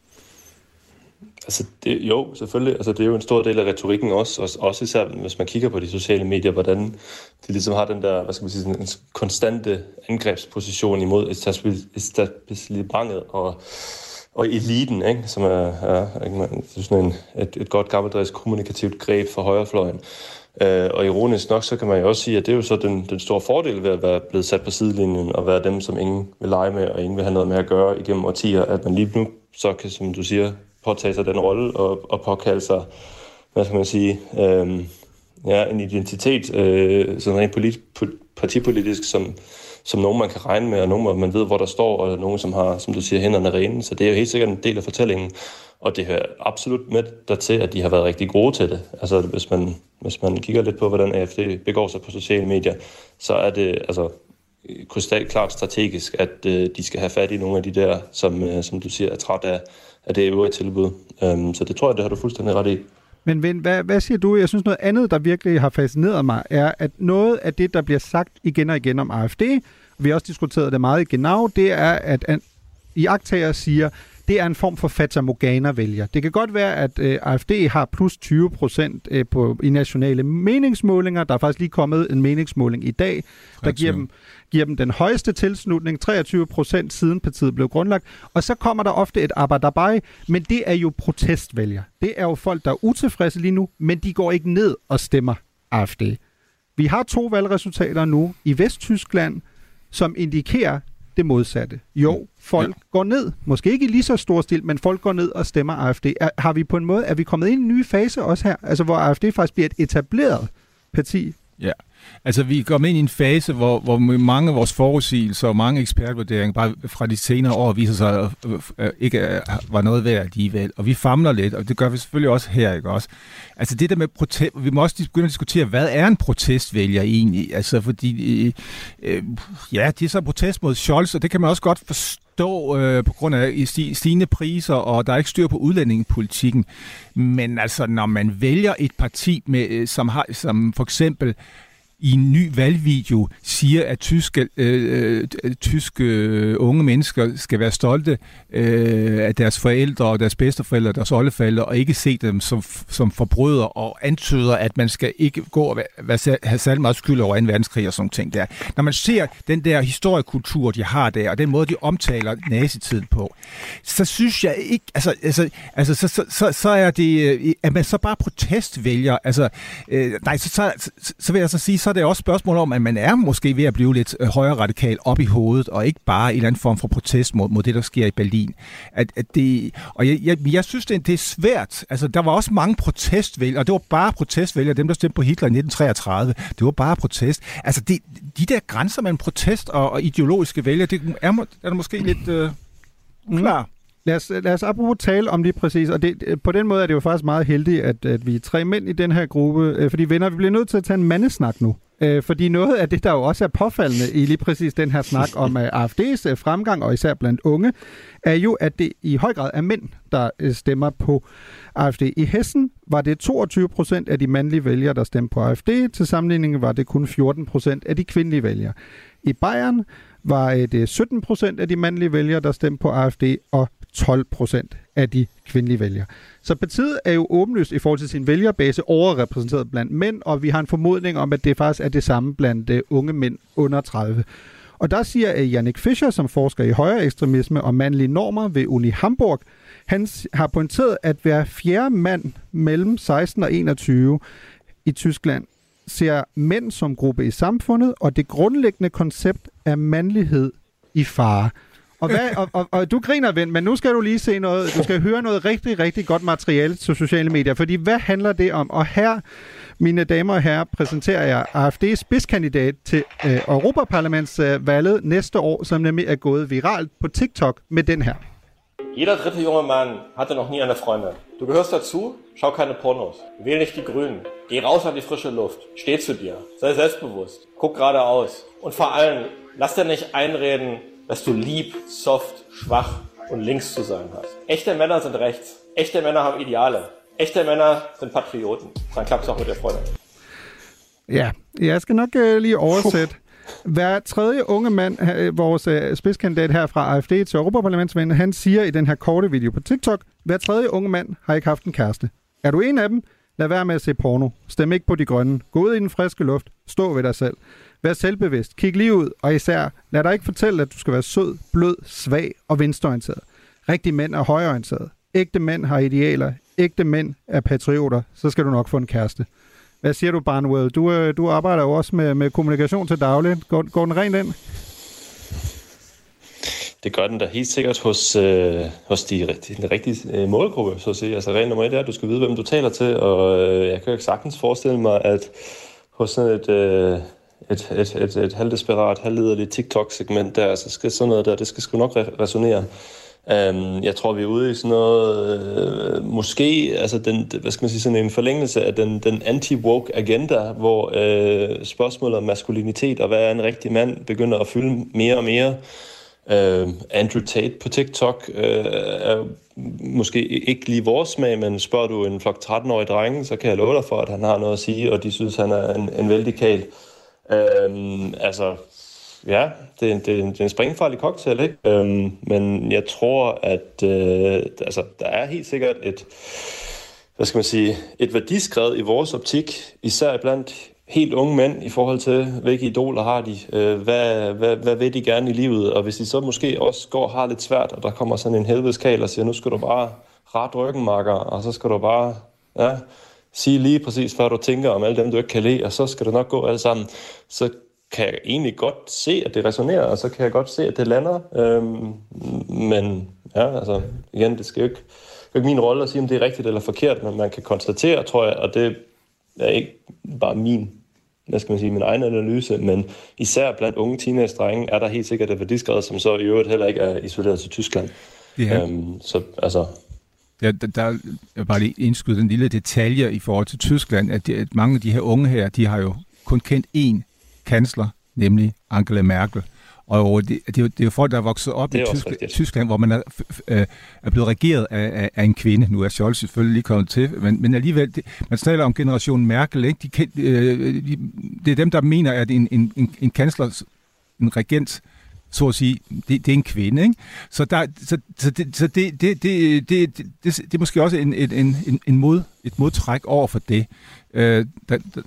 Altså det, jo, selvfølgelig. Altså det er jo en stor del af retorikken også, også, også især hvis man kigger på de sociale medier, hvordan de ligesom har den der, hvad skal man sige, en konstante angrebsposition imod etablissementet og, og eliten, ikke? Som er, er ikke, sådan en, et, et godt gammeldags kommunikativt greb for højrefløjen. Uh, og ironisk nok, så kan man jo også sige, at det er jo så den, den store fordel ved at være blevet sat på sidelinjen og være dem, som ingen vil lege med og ingen vil have noget med at gøre igennem årtier, at man lige nu så kan, som du siger, påtage sig den rolle og, og påkalde sig, hvad skal man sige, øh, ja, en identitet, øh, sådan rent polit, partipolitisk, som, som nogen man kan regne med, og nogen, hvor man ved, hvor der står, og nogen, som har, som du siger, hænderne rene. Så det er jo helt sikkert en del af fortællingen. Og det hører absolut med dertil, at de har været rigtig gode til det. Altså, hvis man, hvis man kigger lidt på, hvordan A F D begår sig på sociale medier, så er det altså krystalklart strategisk, at uh, de skal have fat i nogle af de der, som, uh, som du siger, er træt af, af det øvrige tilbud. Um, så det tror jeg, det har du fuldstændig ret i. Men Ven, hvad, hvad siger du? Jeg synes, noget andet, der virkelig har fascineret mig, er, at noget af det, der bliver sagt igen og igen om A F D, og vi har også diskuteret det meget i Genau, det er, at iagttagere siger, det er en form for Fata Morgana-vælger. Det kan godt være, at øh, A F D har plus tyve procent øh, på, i nationale meningsmålinger. Der er faktisk lige kommet en meningsmåling i dag, der giver dem, giver dem den højeste tilslutning, treogtyve procent siden partiet blev grundlagt. Og så kommer der ofte et abadabai, men det er jo protestvælger. Det er jo folk, der er utilfredse lige nu, men de går ikke ned og stemmer A F D. Vi har to valgresultater nu i Vesttyskland, som indikerer det modsatte. Jo, folk ja. går ned. Måske ikke i lige så stor stil, men folk går ned og stemmer A F D. Er, har vi på en måde, er vi kommet ind i en ny fase også her? Altså, hvor A F D faktisk bliver et etableret parti? Ja, altså vi går ind i en fase, hvor, hvor mange af vores forudsigelser og mange ekspertvurderinger bare fra de senere år viser sig at øh, øh, ikke øh, var noget værd alligevel. Og vi famler lidt, og det gør vi selvfølgelig også her, ikke også? Altså det der med protest, vi må også begynde at diskutere, hvad er en protestvælger egentlig? Altså fordi, øh, øh, ja, det er så en protest mod Scholz, og det kan man også godt forstå øh, på grund af stigende priser, og der er ikke styr på udlændingepolitikken. Men altså, når man vælger et parti, med, som, har, som for eksempel i en ny valgvideo siger, at tyske, øh, tyske øh, unge mennesker skal være stolte øh, af deres forældre og deres bedsteforældre og deres oldeforældre, og ikke se dem som, som forbrydere, og antyder, at man skal ikke gå og være, have særlig meget skyld over anden verdenskrig og sådan ting der. Når man ser den der historiekultur, de har der, og den måde, de omtaler nazitiden på, så synes jeg ikke, altså, altså, altså så, så, så, så er det, at man så bare protestvælger, altså, øh, nej, så, så, så, så vil jeg så sige, så er det også spørgsmål om, at man er måske ved at blive lidt højere radikal op i hovedet, og ikke bare en eller anden form for protest mod, mod det, der sker i Berlin. At, at det, og jeg, jeg, jeg synes, det, det er svært. Altså, der var også mange protestvælgere, og det var bare protestvælgere, dem, der stemte på Hitler i nitten treogtredive. Det var bare protest. Altså, det, de der grænser mellem protest og, og ideologiske vælgere, det er, er der måske lidt øh, uklar. Mm. Lad os, lad os apropos tale om lige præcis, og det, på den måde er det jo faktisk meget heldigt, at, at vi er tre mænd i den her gruppe, øh, fordi venner, vi bliver nødt til at tage en mandesnak nu. Øh, fordi noget af det, der jo også er påfaldende i lige præcis den her snak om uh, A F D's uh, fremgang, og især blandt unge, er jo, at det i høj grad er mænd, der uh, stemmer på A F D. I Hessen var det toogtyve procent af de mandlige vælgere, der stemte på A F D. Til sammenligning var det kun fjorten procent af de kvindelige vælgere. I Bayern var det sytten procent af de mandlige vælgere, der stemte på A F D, og tolv procent af de kvindelige vælgere. Så partiet er jo åbenlyst i forhold til sin vælgerbase overrepræsenteret blandt mænd, og vi har en formodning om, at det faktisk er det samme blandt uh, unge mænd under tredive. Og der siger uh, Jannik Fischer, som forsker i højere ekstremisme og mandlige normer ved Uni Hamburg, han har pointeret, at hver fjerde mand mellem seksten og enogtyve i Tyskland ser mænd som gruppe i samfundet, og det grundlæggende koncept af mandlighed i fare. Og, hvad, og, og, og du griner, ven, men nu skal du lige se noget, du skal høre noget rigtig, rigtig godt materiale til sociale medier, fordi hvad handler det om? Og her, mine damer og herrer, præsenterer jeg A F D's spidskandidat til øh, Europaparlamentsvalget næste år, som nemlig er gået viralt på TikTok med den her. Jeder dritte junge Mann hatte noch nie eine Freundin. Du gehörst dazu, schau keine Pornos. Wähl nicht die Grünen. Geh raus an die frische Luft. Steh zu dir. Sei selbstbewusst. Guck geradeaus. Und vor allem, lass dir nicht einreden, dass du lieb, soft, schwach und links zu sein hast. Echte Männer sind rechts. Echte Männer haben Ideale. Echte Männer sind Patrioten. Dann klappt es auch mit der Freundin. Ja, jeg skal nok uh, lige oversætte. Hver tredje unge mand, vores uh, spidskandidat her fra A F D til Europaparlamentsvalget, han siger i den her korte video på TikTok, hver tredje unge mand har ikke haft en kæreste. Er du en af dem? Lad være med at se porno. Stem ikke på de grønne. Gå ud i den friske luft. Stå ved dig selv. Vær selvbevidst. Kig lige ud, og især lad dig ikke fortælle, at du skal være sød, blød, svag og venstreorienteret. Rigtige mænd er højreorienterede. Ægte mænd har idealer. Ægte mænd er patrioter. Så skal du nok få en kæreste. Hvad siger du, Barnwell? Du, du arbejder jo også med, med kommunikation til daglig. Går, går den rent ind? Det gør den da helt sikkert hos, øh, hos de, den rigtige øh, målgruppe, så at sige. Altså rent nummer et er, at du skal vide, hvem du taler til, og øh, jeg kan jo sagtens forestille mig, at hos sådan et, øh, et, et, et, et halvdesperat, halvlederligt TikTok-segment der, så skal sådan noget der, det skal sgu nok resonere. Um, jeg tror, vi er ude i sådan noget, øh, måske, altså den, hvad skal man sige, sådan en forlængelse af den, den anti-woke agenda, hvor øh, spørgsmålet om maskulinitet og hvad er en rigtig mand begynder at fylde mere og mere. Uh, Andrew Tate på TikTok uh, er måske ikke lige vores smag, men spørger du en flok tretten-årige drenge, så kan jeg love dig for, at han har noget at sige, og de synes, han er en, en vældig kæl. Uh, altså... Ja, det er, en, det, er en, det er en springfarlig cocktail, ikke? Øhm, men jeg tror, at øh, altså, der er helt sikkert et, hvad skal man sige, et værdiskred i vores optik, især blandt helt unge mænd i forhold til, hvilke idoler har de, øh, hvad, hvad, hvad vil de gerne i livet, og hvis de så måske også går og har lidt svært, og der kommer sådan en helvedeskal og siger, nu skal du bare ret ryggen, makker, og så skal du bare ja, sige lige præcis, hvad du tænker om alle dem, du ikke kan lide, og så skal det nok gå alle sammen, så kan jeg egentlig godt se, at det resonerer, og så kan jeg godt se, at det lander. Øhm, men ja, altså igen, det skal jo ikke, det er ikke min rolle at sige, om det er rigtigt eller forkert, men man kan konstatere, tror jeg, og det er ikke bare min, hvad skal man sige, min egen analyse, men især blandt unge teenage-drenge er der helt sikkert et værdiskred, som så i øvrigt heller ikke er isoleret til Tyskland. Ja. Øhm, så altså... Ja, der, der er bare lige indskyde den lille detalje i forhold til Tyskland, at, de, at mange af de her unge her, de har jo kun kendt én kansler, nemlig Angela Merkel. Og det, det, er jo, det er jo folk, der er vokset op i Tyskland, Tyskland, hvor man er, øh, er blevet regeret af, af, af en kvinde. Nu er Scholz selvfølgelig lige kommet til, men, men alligevel, det, man taler om generationen Merkel, ikke? De, øh, de, det er dem, der mener, at en, en, en, en kansler, en regent, så at sige, det, det er en kvinde, ikke? Så, der, så, så, det, så det, det, det, det, det, det, det er måske også en, en, en, en mod, et modtræk over for det. Øh, der, der,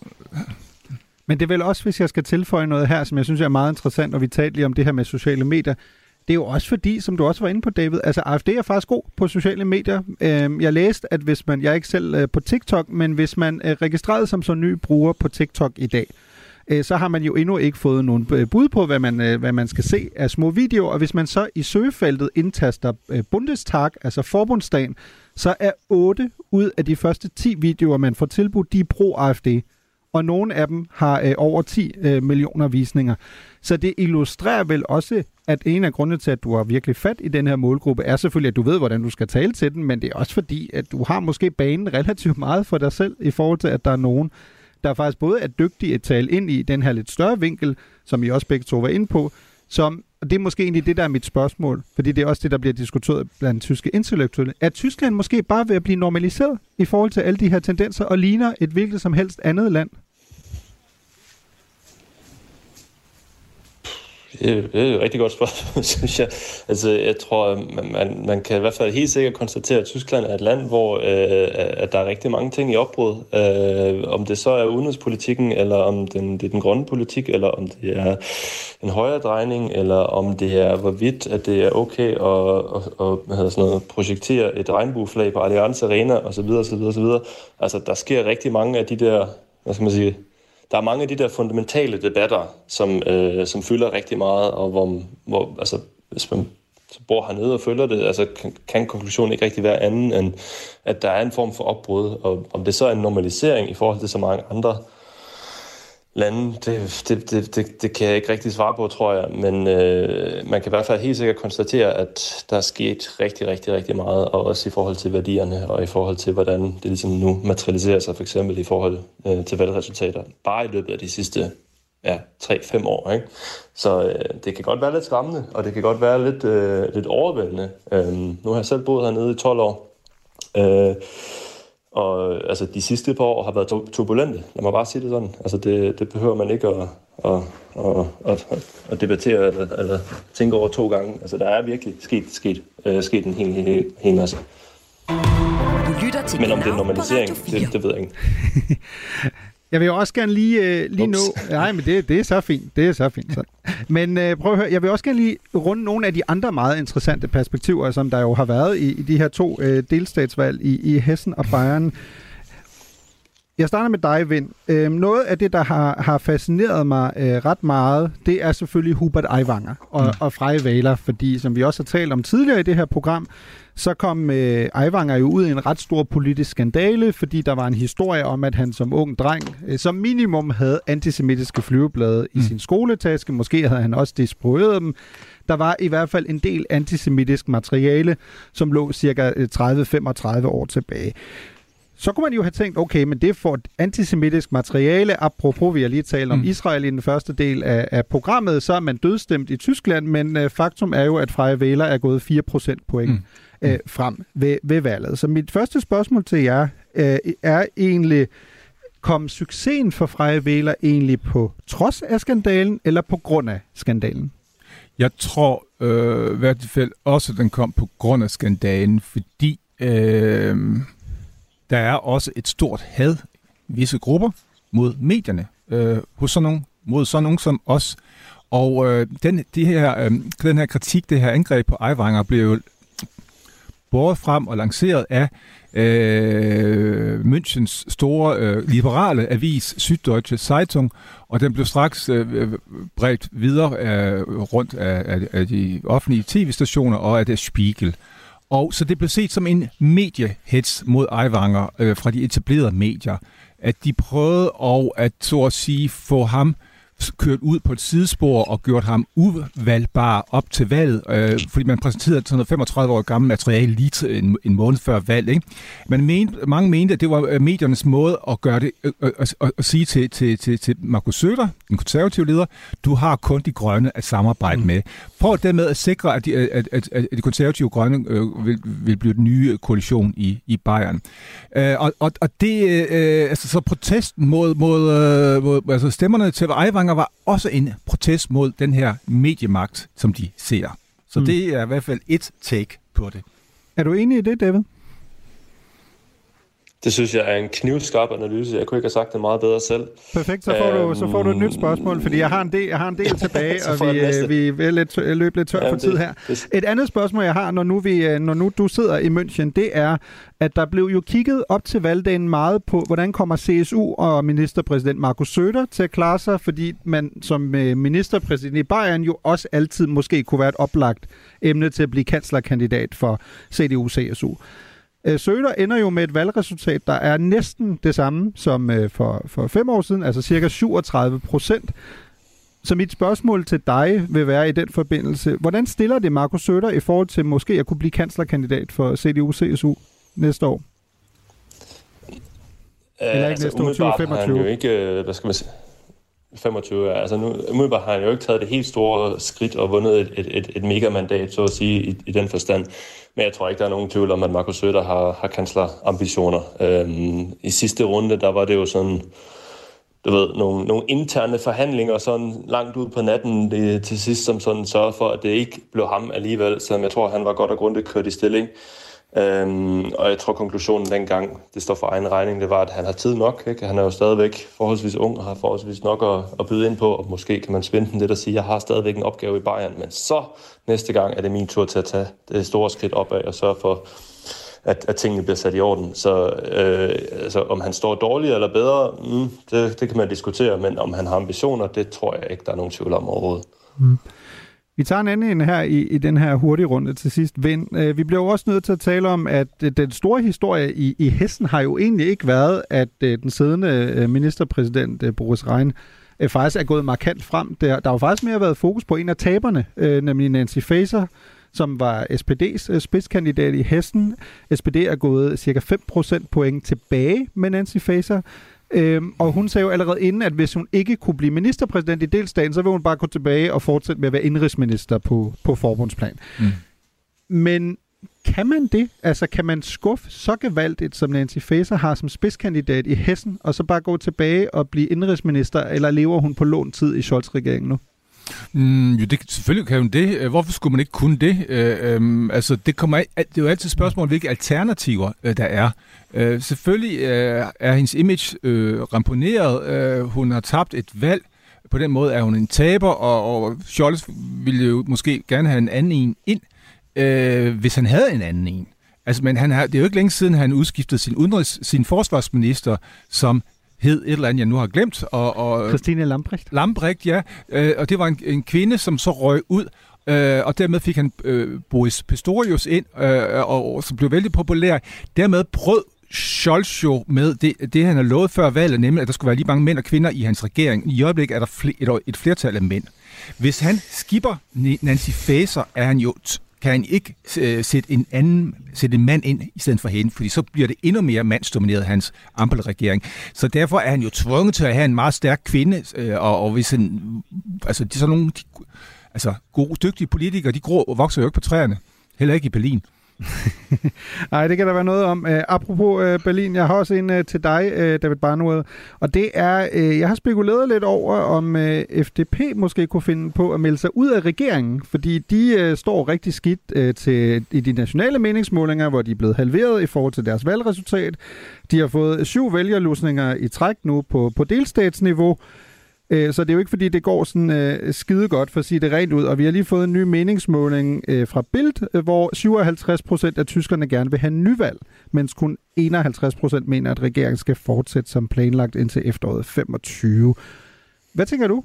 Men det er vel også, hvis jeg skal tilføje noget her, som jeg synes er meget interessant, og vi talte lige om det her med sociale medier. Det er jo også fordi, som du også var inde på, David, altså A F D er faktisk god på sociale medier. Jeg læste, at hvis man, jeg er ikke selv på TikTok, men hvis man er registreret som så ny bruger på TikTok i dag, så har man jo endnu ikke fået nogen bud på, hvad man, hvad man skal se af små videoer. Og hvis man så i søgefeltet indtaster Bundestag, altså forbundsdagen, så er otte ud af de første ti videoer, man får tilbudt, de er pro-A F D. Og nogle af dem har øh, over ti øh, millioner visninger. Så det illustrerer vel også, at en af grundene til, at du har virkelig fat i den her målgruppe, er selvfølgelig, at du ved, hvordan du skal tale til den, men det er også fordi, at du har måske banen relativt meget for dig selv, i forhold til, at der er nogen, der faktisk både er dygtige at tale ind i den her lidt større vinkel, som I også begge to var inde på, som, og det er måske egentlig det, der er mit spørgsmål, fordi det er også det, der bliver diskuteret blandt tyske intellektuelle. Er Tyskland måske bare ved at blive normaliseret i forhold til alle de her tendenser, og ligner et hvilket som helst andet land? Det er et rigtig godt spørgsmål, synes jeg. Altså, jeg tror, man, man, man kan i hvert fald helt sikkert konstatere, at Tyskland er et land, hvor øh, at der er rigtig mange ting i opbrud. Øh, om det så er udenrigspolitikken, eller om den, det er den grønne politik, eller om det er en højre drejning, eller om det er hvorvidt, at det er okay at, at, at hvad hedder sådan noget, projektere et regnbueflag på Allianz Arena, osv. osv., osv. Altså, der sker rigtig mange af de der, hvad skal man sige, der er mange af de der fundamentale debatter, som, øh, som fylder rigtig meget, og hvor, hvor altså, hvis man bor hernede og følger det, altså, kan, kan konklusionen ikke rigtig være anden, end at der er en form for opbrud. Og om det så er en normalisering i forhold til så mange andre lande, det, det, det, det, det kan jeg ikke rigtig svare på, tror jeg. Men øh, man kan i hvert fald helt sikkert konstatere, at der er sket rigtig, rigtig, rigtig meget, og også i forhold til værdierne, og i forhold til, hvordan det ligesom nu materialiserer sig, for eksempel i forhold øh, til valgresultater, bare i løbet af de sidste ja, tre til fem år. Ikke? Så øh, det kan godt være lidt skræmmende, og det kan godt være lidt, øh, lidt overvældende. Øh, nu har jeg selv boet hernede i tolv år, øh, og altså, de sidste par år har været turbulente. Lad mig bare sige det sådan. Altså, det, det behøver man ikke at, at, at, at, at debattere eller, eller tænke over to gange. Altså, der er virkelig sket, sket, uh, sket en hel, hel, hel masse. Men om det er normalisering, det, det ved jeg ikke. Jeg vil jo også gerne lige, uh, lige nå... Nej, men det, det er så fint. Det er så fint. Så. Men uh, prøv at høre, jeg vil også gerne lige runde nogle af de andre meget interessante perspektiver, som der jo har været i, i de her to uh, delstatsvalg i, i Hessen og Bayern. Jeg starter med dig, Vind. Uh, noget af det, der har, har fascineret mig uh, ret meget, det er selvfølgelig Hubert Aiwanger og, mm. og Freie Wähler, fordi som vi også har talt om tidligere i det her program, så kom øh, Aiwanger jo ud i en ret stor politisk skandale, fordi der var en historie om, at han som ung dreng øh, som minimum havde antisemitiske flyveblade i mm. sin skoletaske. Måske havde han også distribueret dem. Der var i hvert fald en del antisemitisk materiale, som lå cirka tredive til femogtredive år tilbage. Så kunne man jo have tænkt, okay, men det får antisemitisk materiale, apropos vi har lige talt om mm. Israel i den første del af, af programmet, så er man dødstemt i Tyskland, men øh, faktum er jo, at Freie Wähler er gået fire procentpoint mm. øh, frem ved, ved valget. Så mit første spørgsmål til jer øh, er egentlig, kom succesen for Freie Wähler egentlig på trods af skandalen, eller på grund af skandalen? Jeg tror øh, i hvert fald også, at den kom på grund af skandalen, fordi... Øh, Der er også et stort had i visse grupper mod medierne, øh, hos sådan nogen, mod sådan nogen som os. Og øh, den, de her, øh, den her kritik, det her angreb på Aiwanger, blev jo båret frem og lanceret af øh, Münchens store øh, liberale avis, Süddeutsche Zeitung, og den blev straks øh, bredt videre øh, rundt af, af, af de offentlige tv-stationer og af Der Spiegel. Og så det blev set som en mediehets mod Aiwanger øh, fra de etablerede medier, at de prøvede at, at så at sige få ham kørt ud på et sidespor og gjort ham uvalgbar op til valget, øh, fordi man præsenterede sådan noget femogtredive år gammelt materiale lige til en, en måned før valg. Ikke? Man mente, mange mente, at det var mediernes måde at gøre det, øh, øh, at, at, at sige til, til, til, til Markus Söder, den konservative leder, du har kun de grønne at samarbejde mm. med. Prøv dermed at sikre, at de, at, at, at de konservative grønne øh, vil, vil blive den nye koalition i, i Bayern. Øh, og, og, og det, øh, altså så protesten mod, mod, øh, mod altså stemmerne til Aiwanger var også en protest mod den her mediemagt, som de ser. Så mm. det er i hvert fald et take på det. Er du enig i det, David? Det synes jeg er en knivskarp analyse. Jeg kunne ikke have sagt det meget bedre selv. Perfekt, så får, um, du, så får du et nyt spørgsmål, fordi jeg har en del, jeg har en del tilbage, og vi, vi er lidt, løb lidt tør Jamen, for tid her. Det, det... Et andet spørgsmål, jeg har, når nu, vi, når nu du sidder i München, det er, at der blev jo kigget op til valgdagen meget på, hvordan kommer C S U og ministerpræsident Markus Söder til at klare sig, fordi man som ministerpræsident i Bayern jo også altid måske kunne være et oplagt emne til at blive kanslerkandidat for C D U C S U. Söder ender jo med et valgresultat, der er næsten det samme som for, for fem år siden, altså cirka syvogtredive procent. Så mit spørgsmål til dig vil være i den forbindelse, hvordan stiller det Markus Söder i forhold til måske at kunne blive kanslerkandidat for C D U C S U næste år? Eller ikke altså, næste år, tyve femogtyve? Han jo ikke, hvad skal man sige, femogtyve, altså nu, umiddelbart har han jo ikke taget det helt store skridt og vundet et, et, et, et megamandat, så at sige, i, i den forstand. Men jeg tror ikke, der er nogen tvivl om, at Markus Söder har, har kanslerambitioner. Øhm, I sidste runde, der var det jo sådan du ved, nogle, nogle interne forhandlinger sådan langt ud på natten det, til sidst, som sådan sørgede for, at det ikke blev ham alligevel, selvom jeg tror, han var godt og grundigt kørt i stilling. Øhm, og jeg tror, konklusionen dengang, det står for egen regning, det var, at han har tid nok. Ikke? Han er jo stadigvæk forholdsvis ung og har forholdsvis nok at, at byde ind på, og måske kan man svinde den lidt og sige, jeg har stadigvæk en opgave i Bayern, men så næste gang er det min tur til at tage det store skridt opad og sørge for, at, at tingene bliver sat i orden. Så øh, altså, om han står dårligere eller bedre, mm, det, det kan man diskutere, men om han har ambitioner, det tror jeg ikke, der er nogen tvivl om overhovedet. Mm. Vi tager en anden her i, i den her hurtige runde til sidst. Vind. Øh, vi bliver jo også nødt til at tale om, at øh, den store historie i, i Hessen har jo egentlig ikke været, at øh, den siddende øh, ministerpræsident øh, Boris Rhein øh, faktisk er gået markant frem. Der, der har jo faktisk mere været fokus på en af taberne, øh, nemlig Nancy Faeser, som var S P D's øh, spidskandidat i Hessen. S P D er gået cirka fem procentpoint tilbage med Nancy Faeser. Øhm, og hun sagde jo allerede inden, at hvis hun ikke kunne blive ministerpræsident i delstaten, så ville hun bare gå tilbage og fortsætte med at være indrigsminister på, på forbundsplan. Mm. Men kan man det? Altså kan man skuffe så gevaldigt, som Nancy Faeser har som spidskandidat i Hessen, og så bare gå tilbage og blive indrigsminister, eller lever hun på lånt tid i Scholz-regeringen nu? Mm, jo, det, selvfølgelig kan hun det. Hvorfor skulle man ikke kunne det? Øh, øh, altså, det, kommer, det er jo altid et spørgsmål, hvilke alternativer øh, der er. Øh, selvfølgelig øh, er hendes image øh, ramponeret. Øh, hun har tabt et valg. På den måde er hun en taber, og, og Scholz ville jo måske gerne have en anden en ind, øh, hvis han havde en anden en. Altså, men han har, det er jo ikke længe siden, han udskiftede sin, udenrigs, sin forsvarsminister, som hed et eller andet, jeg nu har glemt. Og, og Christine Lambrecht. Lambrecht, ja. Øh, og det var en, en kvinde, som så røg ud, øh, og dermed fik han øh, Boris Pistorius ind, øh, og, og som blev vældig populær. Dermed brød Scholz jo med det, det, han har lovet før valget, nemlig at der skulle være lige mange mænd og kvinder i hans regering. I øjeblikket er der fl- et, et flertal af mænd. Hvis han skipper Nancy Faeser, er han jo t- kan han ikke øh, sætte en anden, sætte en mand ind i stedet for hende, fordi så bliver det endnu mere mandsdomineret, hans Ampel-regering. Så derfor er han jo tvunget til at have en meget stærk kvinde, øh, og, og hvis en, altså, de, sådan nogle, de, altså, gode, dygtige politikere, de grå, vokser jo ikke på træerne, heller ikke i Berlin. Nej, det kan der være noget om. Uh, apropos uh, Berlin, jeg har også en uh, til dig, uh, David Barnwell, og det er, uh, jeg har spekuleret lidt over, om uh, F D P måske kunne finde på at melde sig ud af regeringen, fordi de uh, står rigtig skidt uh, til, i de nationale meningsmålinger, hvor de er blevet halveret i forhold til deres valgresultat. De har fået syv vælgerlusninger i træk nu på, på delstatsniveau. Så det er jo ikke, fordi det går sådan øh, skide godt, for at sige det rent ud. Og vi har lige fået en ny meningsmåling øh, fra Bild, øh, hvor syvoghalvtreds procent af tyskerne gerne vil have nyvalg, mens kun enoghalvtreds procent mener, at regeringen skal fortsætte som planlagt indtil efteråret femogtyve. Hvad tænker du?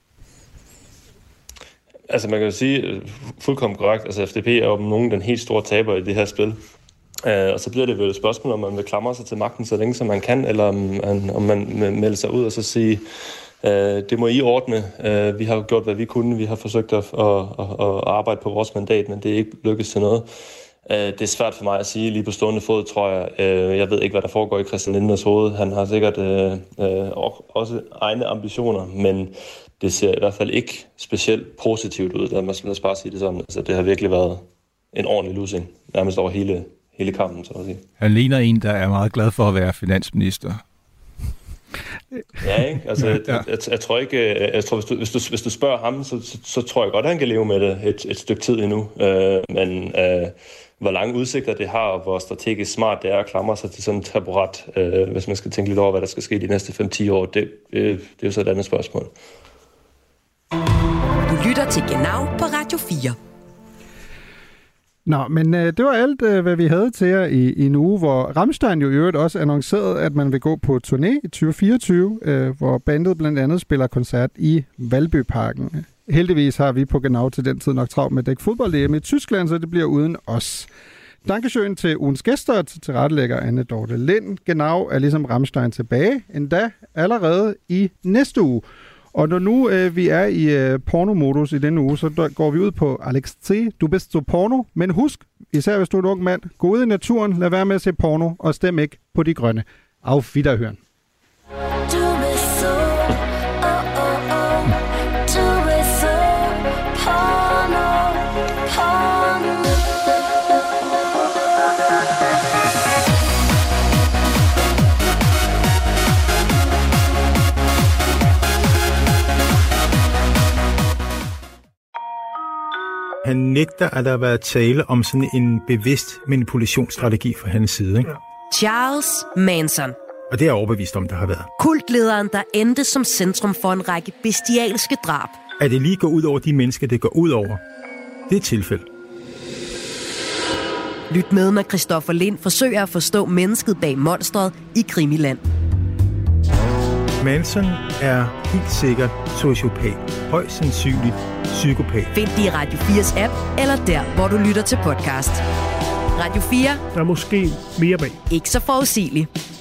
Altså man kan jo sige fuldkommen korrekt, altså F D P er jo nogen den helt store taber i det her spil. Uh, og så bliver det vel et spørgsmål, om man vil klamre sig til magten så længe som man kan, eller om man, om man melder sig ud og så sige, uh, det må I ordne. Uh, vi har gjort, hvad vi kunne. Vi har forsøgt at, at, at, at arbejde på vores mandat, men det er ikke lykkedes til noget. Uh, det er svært for mig at sige lige på stående fod, tror jeg. Uh, jeg ved ikke, hvad der foregår i Christian Lindners hoved. Han har sikkert uh, uh, også egne ambitioner, men det ser i hvert fald ikke specielt positivt ud. Lad os bare sige det sådan. Altså, det har virkelig været en ordentlig losing, nærmest over hele hele kampen, så at sige. Han ligner en, der er meget glad for at være finansminister. Ja, ikke? Altså, jeg, jeg, jeg, jeg tror ikke, jeg tror, hvis du, hvis du, hvis du spørger ham, så, så, så tror jeg godt, at han kan leve med det et, et stykke tid endnu. Øh, men øh, hvor lange udsigter det har, og hvor strategisk smart det er at klamre sig til sådan en taburet, øh, hvis man skal tænke lidt over, hvad der skal ske de næste fem til ti år, det, øh, det er jo så et andet spørgsmål. Du lytter til Genau på Radio fire. Nå, men øh, det var alt, øh, hvad vi havde til jer i, i en uge, hvor Rammstein jo i øvrigt også annoncerede, at man vil gå på turné i tyve fireogtyve, øh, hvor bandet blandt andet spiller koncert i Valbyparken. Heldigvis har vi på Genau til den tid nok travlt med at dække fodbold-E M i Tyskland, så det bliver uden os. Dankeschön til ugens gæster, til tilrettelægger Anne Dorte Lind. Genau er ligesom Rammstein tilbage, endda allerede i næste uge. Og når nu øh, vi er i øh, pornomodus i denne uge, så der går vi ud på Alex C. Du er bedst til porno, men husk, især hvis du er et ung mand, gå ud i naturen, lad være med at se porno, og stem ikke på de grønne. Auf Wiederhören. Han nægter, at der har været tale om sådan en bevidst manipulationsstrategi fra hans side. Ikke? Charles Manson. Og det er jeg overbevist om, der har været. Kultlederen, der endte som centrum for en række bestialske drab. At det lige går ud over de mennesker, det går ud over, det er et tilfælde. Lyt med, når Christoffer Lind forsøger at forstå mennesket bag monstret i Krimiland. Manson er helt sikkert sociopat. Højst sandsynligt psykopat. Find det i Radio fires app, eller der, hvor du lytter til podcast. Radio fire. Der er måske mere bag. Ikke så forudsigeligt.